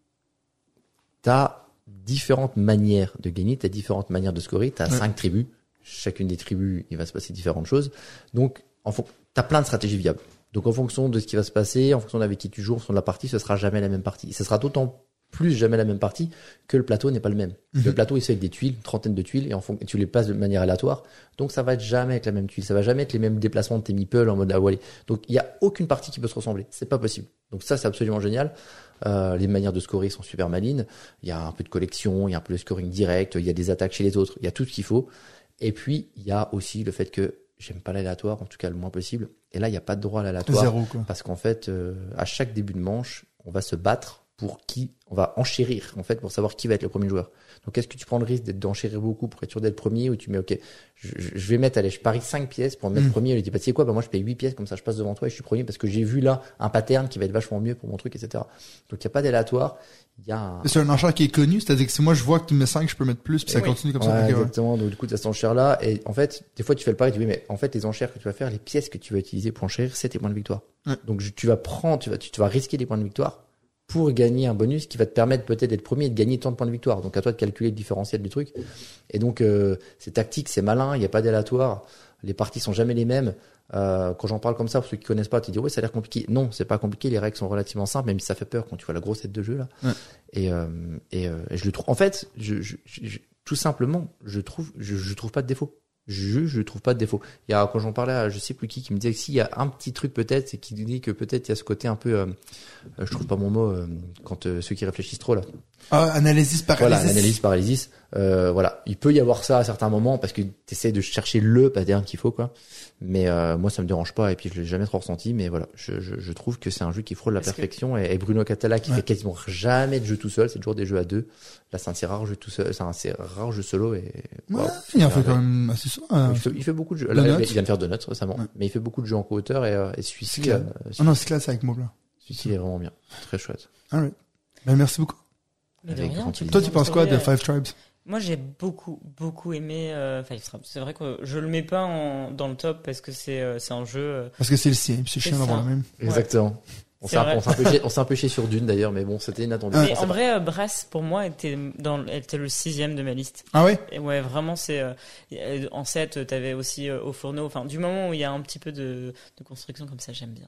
t'as différentes manières de gagner, t'as différentes manières de scorer, t'as Ouais. cinq tribus. Chacune des tribus, il va se passer différentes choses. Donc, en fon- t'as plein de stratégies viables. Donc, en fonction de ce qui va se passer, en fonction d'avec qui tu joues, en fonction de la partie, ce sera jamais la même partie. Ce sera d'autant plus jamais la même partie que le plateau n'est pas le même. Mhm. Le plateau, il se fait avec des tuiles, une trentaine de tuiles, et, en fon- et tu les places de manière aléatoire. Donc, ça va être jamais avec la même tuile. Ça va jamais être les mêmes déplacements de tes meeples en mode ah, ouais. Donc, il y a aucune partie qui peut se ressembler. C'est pas possible. Donc, ça, c'est absolument génial. Euh, les manières de scorer sont super malines. Il y a un peu de collection, il y a un peu de scoring direct, il y a des attaques chez les autres, il y a tout ce qu'il faut. Et puis, il y a aussi le fait que j'aime pas l'aléatoire, en tout cas le moins possible. Et là, il n'y a pas de droit à l'aléatoire. Zéro, quoi. Parce qu'en fait, euh, à chaque début de manche, on va se battre pour qui, on va enchérir, en fait, pour savoir qui va être le premier joueur. Donc, est-ce que tu prends le risque d'être d'enchérir beaucoup pour être sûr d'être premier, ou tu mets, ok, je, je vais mettre, allez, je parie cinq pièces pour me mettre Mm. premier, et je dis, bah, tu sais quoi, bah, moi, je paye huit pièces, comme ça, je passe devant toi et je suis premier parce que j'ai vu là un pattern qui va être vachement mieux pour mon truc, et cetera. Donc, il n'y a pas d'aléatoire. Il y a un, C'est un enchère qui est connu, c'est-à-dire que si moi je vois que tu mets cinq, je peux mettre plus, puis ça oui. continue comme Ouais, ça. Ok, ouais. exactement. Donc, du coup, tu as cette enchère-là. Et en fait, des fois, tu fais le pari, tu dis, oui, mais en fait, les enchères que tu vas faire, les pièces que tu vas utiliser pour enchérir, c'est tes points de victoire. Ouais. Donc, je- tu vas prendre, tu vas, tu, tu vas risquer des points de victoire pour gagner un bonus qui va te permettre peut-être d'être premier et de gagner tant de points de victoire. Donc, à toi de calculer le différentiel du truc. Et donc, euh, c'est tactique, c'est malin, il n'y a pas d'aléatoire. Les parties sont jamais les mêmes. Euh, quand j'en parle comme ça, pour ceux qui connaissent pas, tu dis, ouais, ça a l'air compliqué. Non, c'est pas compliqué. Les règles sont relativement simples, même si ça fait peur quand tu vois la grosse tête de jeu, là. Ouais. Et, euh, et, euh, et je le trouve, en fait, je, je, je- je- tout simplement, je trouve, je, je trouve pas de défaut. Je, je trouve pas de défaut. Il y a, quand j'en parlais à je sais plus qui, qui me disait que s'il y a un petit truc peut-être, c'est qu'il dit que peut-être il y a ce côté un peu, euh, euh, je trouve pas mon mot, euh, quand euh, ceux qui réfléchissent trop là. Ah, analysis paralysis. Voilà, l'analyse paralysis. Euh, voilà, il peut y avoir ça à certains moments parce que tu essaies de chercher le pattern qu'il faut, quoi. Mais euh, moi, ça me dérange pas et puis je l'ai jamais trop ressenti. Mais voilà, je, je, je trouve que c'est un jeu qui frôle la Est-ce que- perfection. Et, et Bruno Catala qui Ouais. fait quasiment jamais de jeu tout seul, c'est toujours des jeux à deux. Là, c'est un assez rare jeu tout seul, c'est un assez rare jeu solo. Et Ouais, wow, il en c'est fait un- quand même assez souvent. hein. il fait, il fait beaucoup de jeux. Donuts. Là, il vient de faire Donuts récemment, Ouais. mais il fait beaucoup de jeux en co-auteur et, euh, et celui-ci, Cyclade. euh, Ah non, c'est classe avec Mobla. celui-ci, il est vraiment bien, très chouette. Alright. Ben, merci beaucoup. Mais de Avec rien, grand tu plaisir. Toi, peux tu me penses quoi trouver, de euh, Five Tribes? Moi, j'ai beaucoup, beaucoup aimé euh, Five Tribes. C'est vrai que je le mets pas en, dans le top parce que c'est euh, c'est un jeu. euh, Parce que c'est le sien, puis c'est C'est chiant d'avoir ça. le même. Exactement. On C'est s'est un, vrai. on s'est un peu chié, on s'est un peu chié sur Dune d'ailleurs, mais bon, c'était inattendu. Mais On en s'est- vrai, euh, Brass, pour moi, était, dans, était le sixième de ma liste. Ah ouais? Et ouais, vraiment, c'est euh, euh, en sept, t'avais aussi euh, au fourneau. Enfin, du moment où il y a un petit peu de, de construction comme ça, j'aime bien.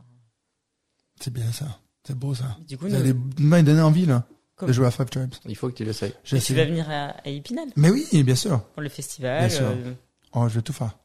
C'est bien ça. C'est beau ça. Du coup, Vous nous, allez m'avez donné envie, là, Comme- de jouer à Five Tribes. Il faut que tu l'essayes. J'ai mais tu vas essayé. venir à, à Épinal Mais oui, bien sûr. pour le festival. Bien sûr. euh, Oh, je vais tout faire.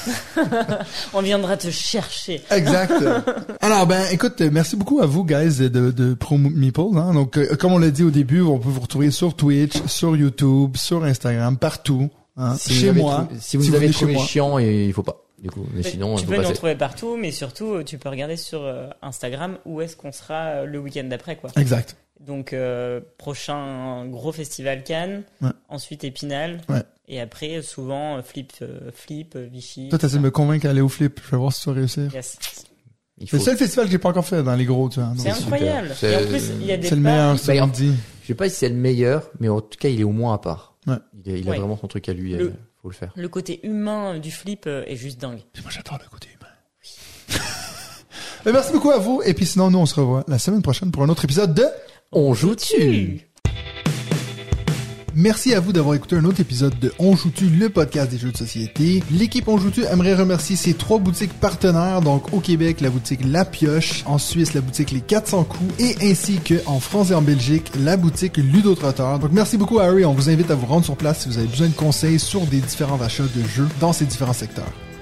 on viendra te chercher. Exact. Alors, ben, écoute, euh, merci beaucoup à vous, guys, de, de Pro Meeples, hein. Donc, euh, comme on l'a dit au début, on peut vous retrouver sur Twitch, sur YouTube, sur Instagram, partout, hein. Si vous Chez avez moi. trou- si vous, si avez venez chez trouvé moi. chiant, et il faut pas. Du coup, mais sinon, tu il peux faut nous passer. retrouver partout, mais surtout, euh, tu peux regarder sur euh, Instagram où est-ce qu'on sera euh, le week-end d'après, quoi. Exact. Donc, euh, prochain gros festival Cannes, Ouais. ensuite Épinal, Ouais. et après, souvent, euh, Flip, euh, Flip, euh, Vichy. Toi, t'essaies de me convaincre d'aller au flip. Je vais voir si tu vas réussir. Yes. Il C'est faut. le seul festival que j'ai pas encore fait dans les gros, tu vois. Donc, C'est incroyable. super. Et en C'est- plus, il y a des C'est le parcs- meilleur, c'est Bah, on me dit. Je sais pas si c'est le meilleur, mais en tout cas, il est au moins à part. Ouais. Il, est- il a Ouais. vraiment son truc à lui. Le- Il faut le faire. Le côté humain du Flip euh, est juste dingue. Puis moi, j'adore le côté humain. Ben, merci beaucoup à vous. Et puis sinon, nous, on se revoit la semaine prochaine pour un autre épisode de On joue dessus. Merci à vous d'avoir écouté un autre épisode de On Joue-tu, le podcast des jeux de société. L'équipe On Joue-tu aimerait remercier ses trois boutiques partenaires, donc au Québec, la boutique La Pioche, en Suisse, la boutique Les quatre cents coups, et ainsi que en France et en Belgique, la boutique Ludotrotteur. Donc merci beaucoup Harry, on vous invite à vous rendre sur place si vous avez besoin de conseils sur des différents achats de jeux dans ces différents secteurs.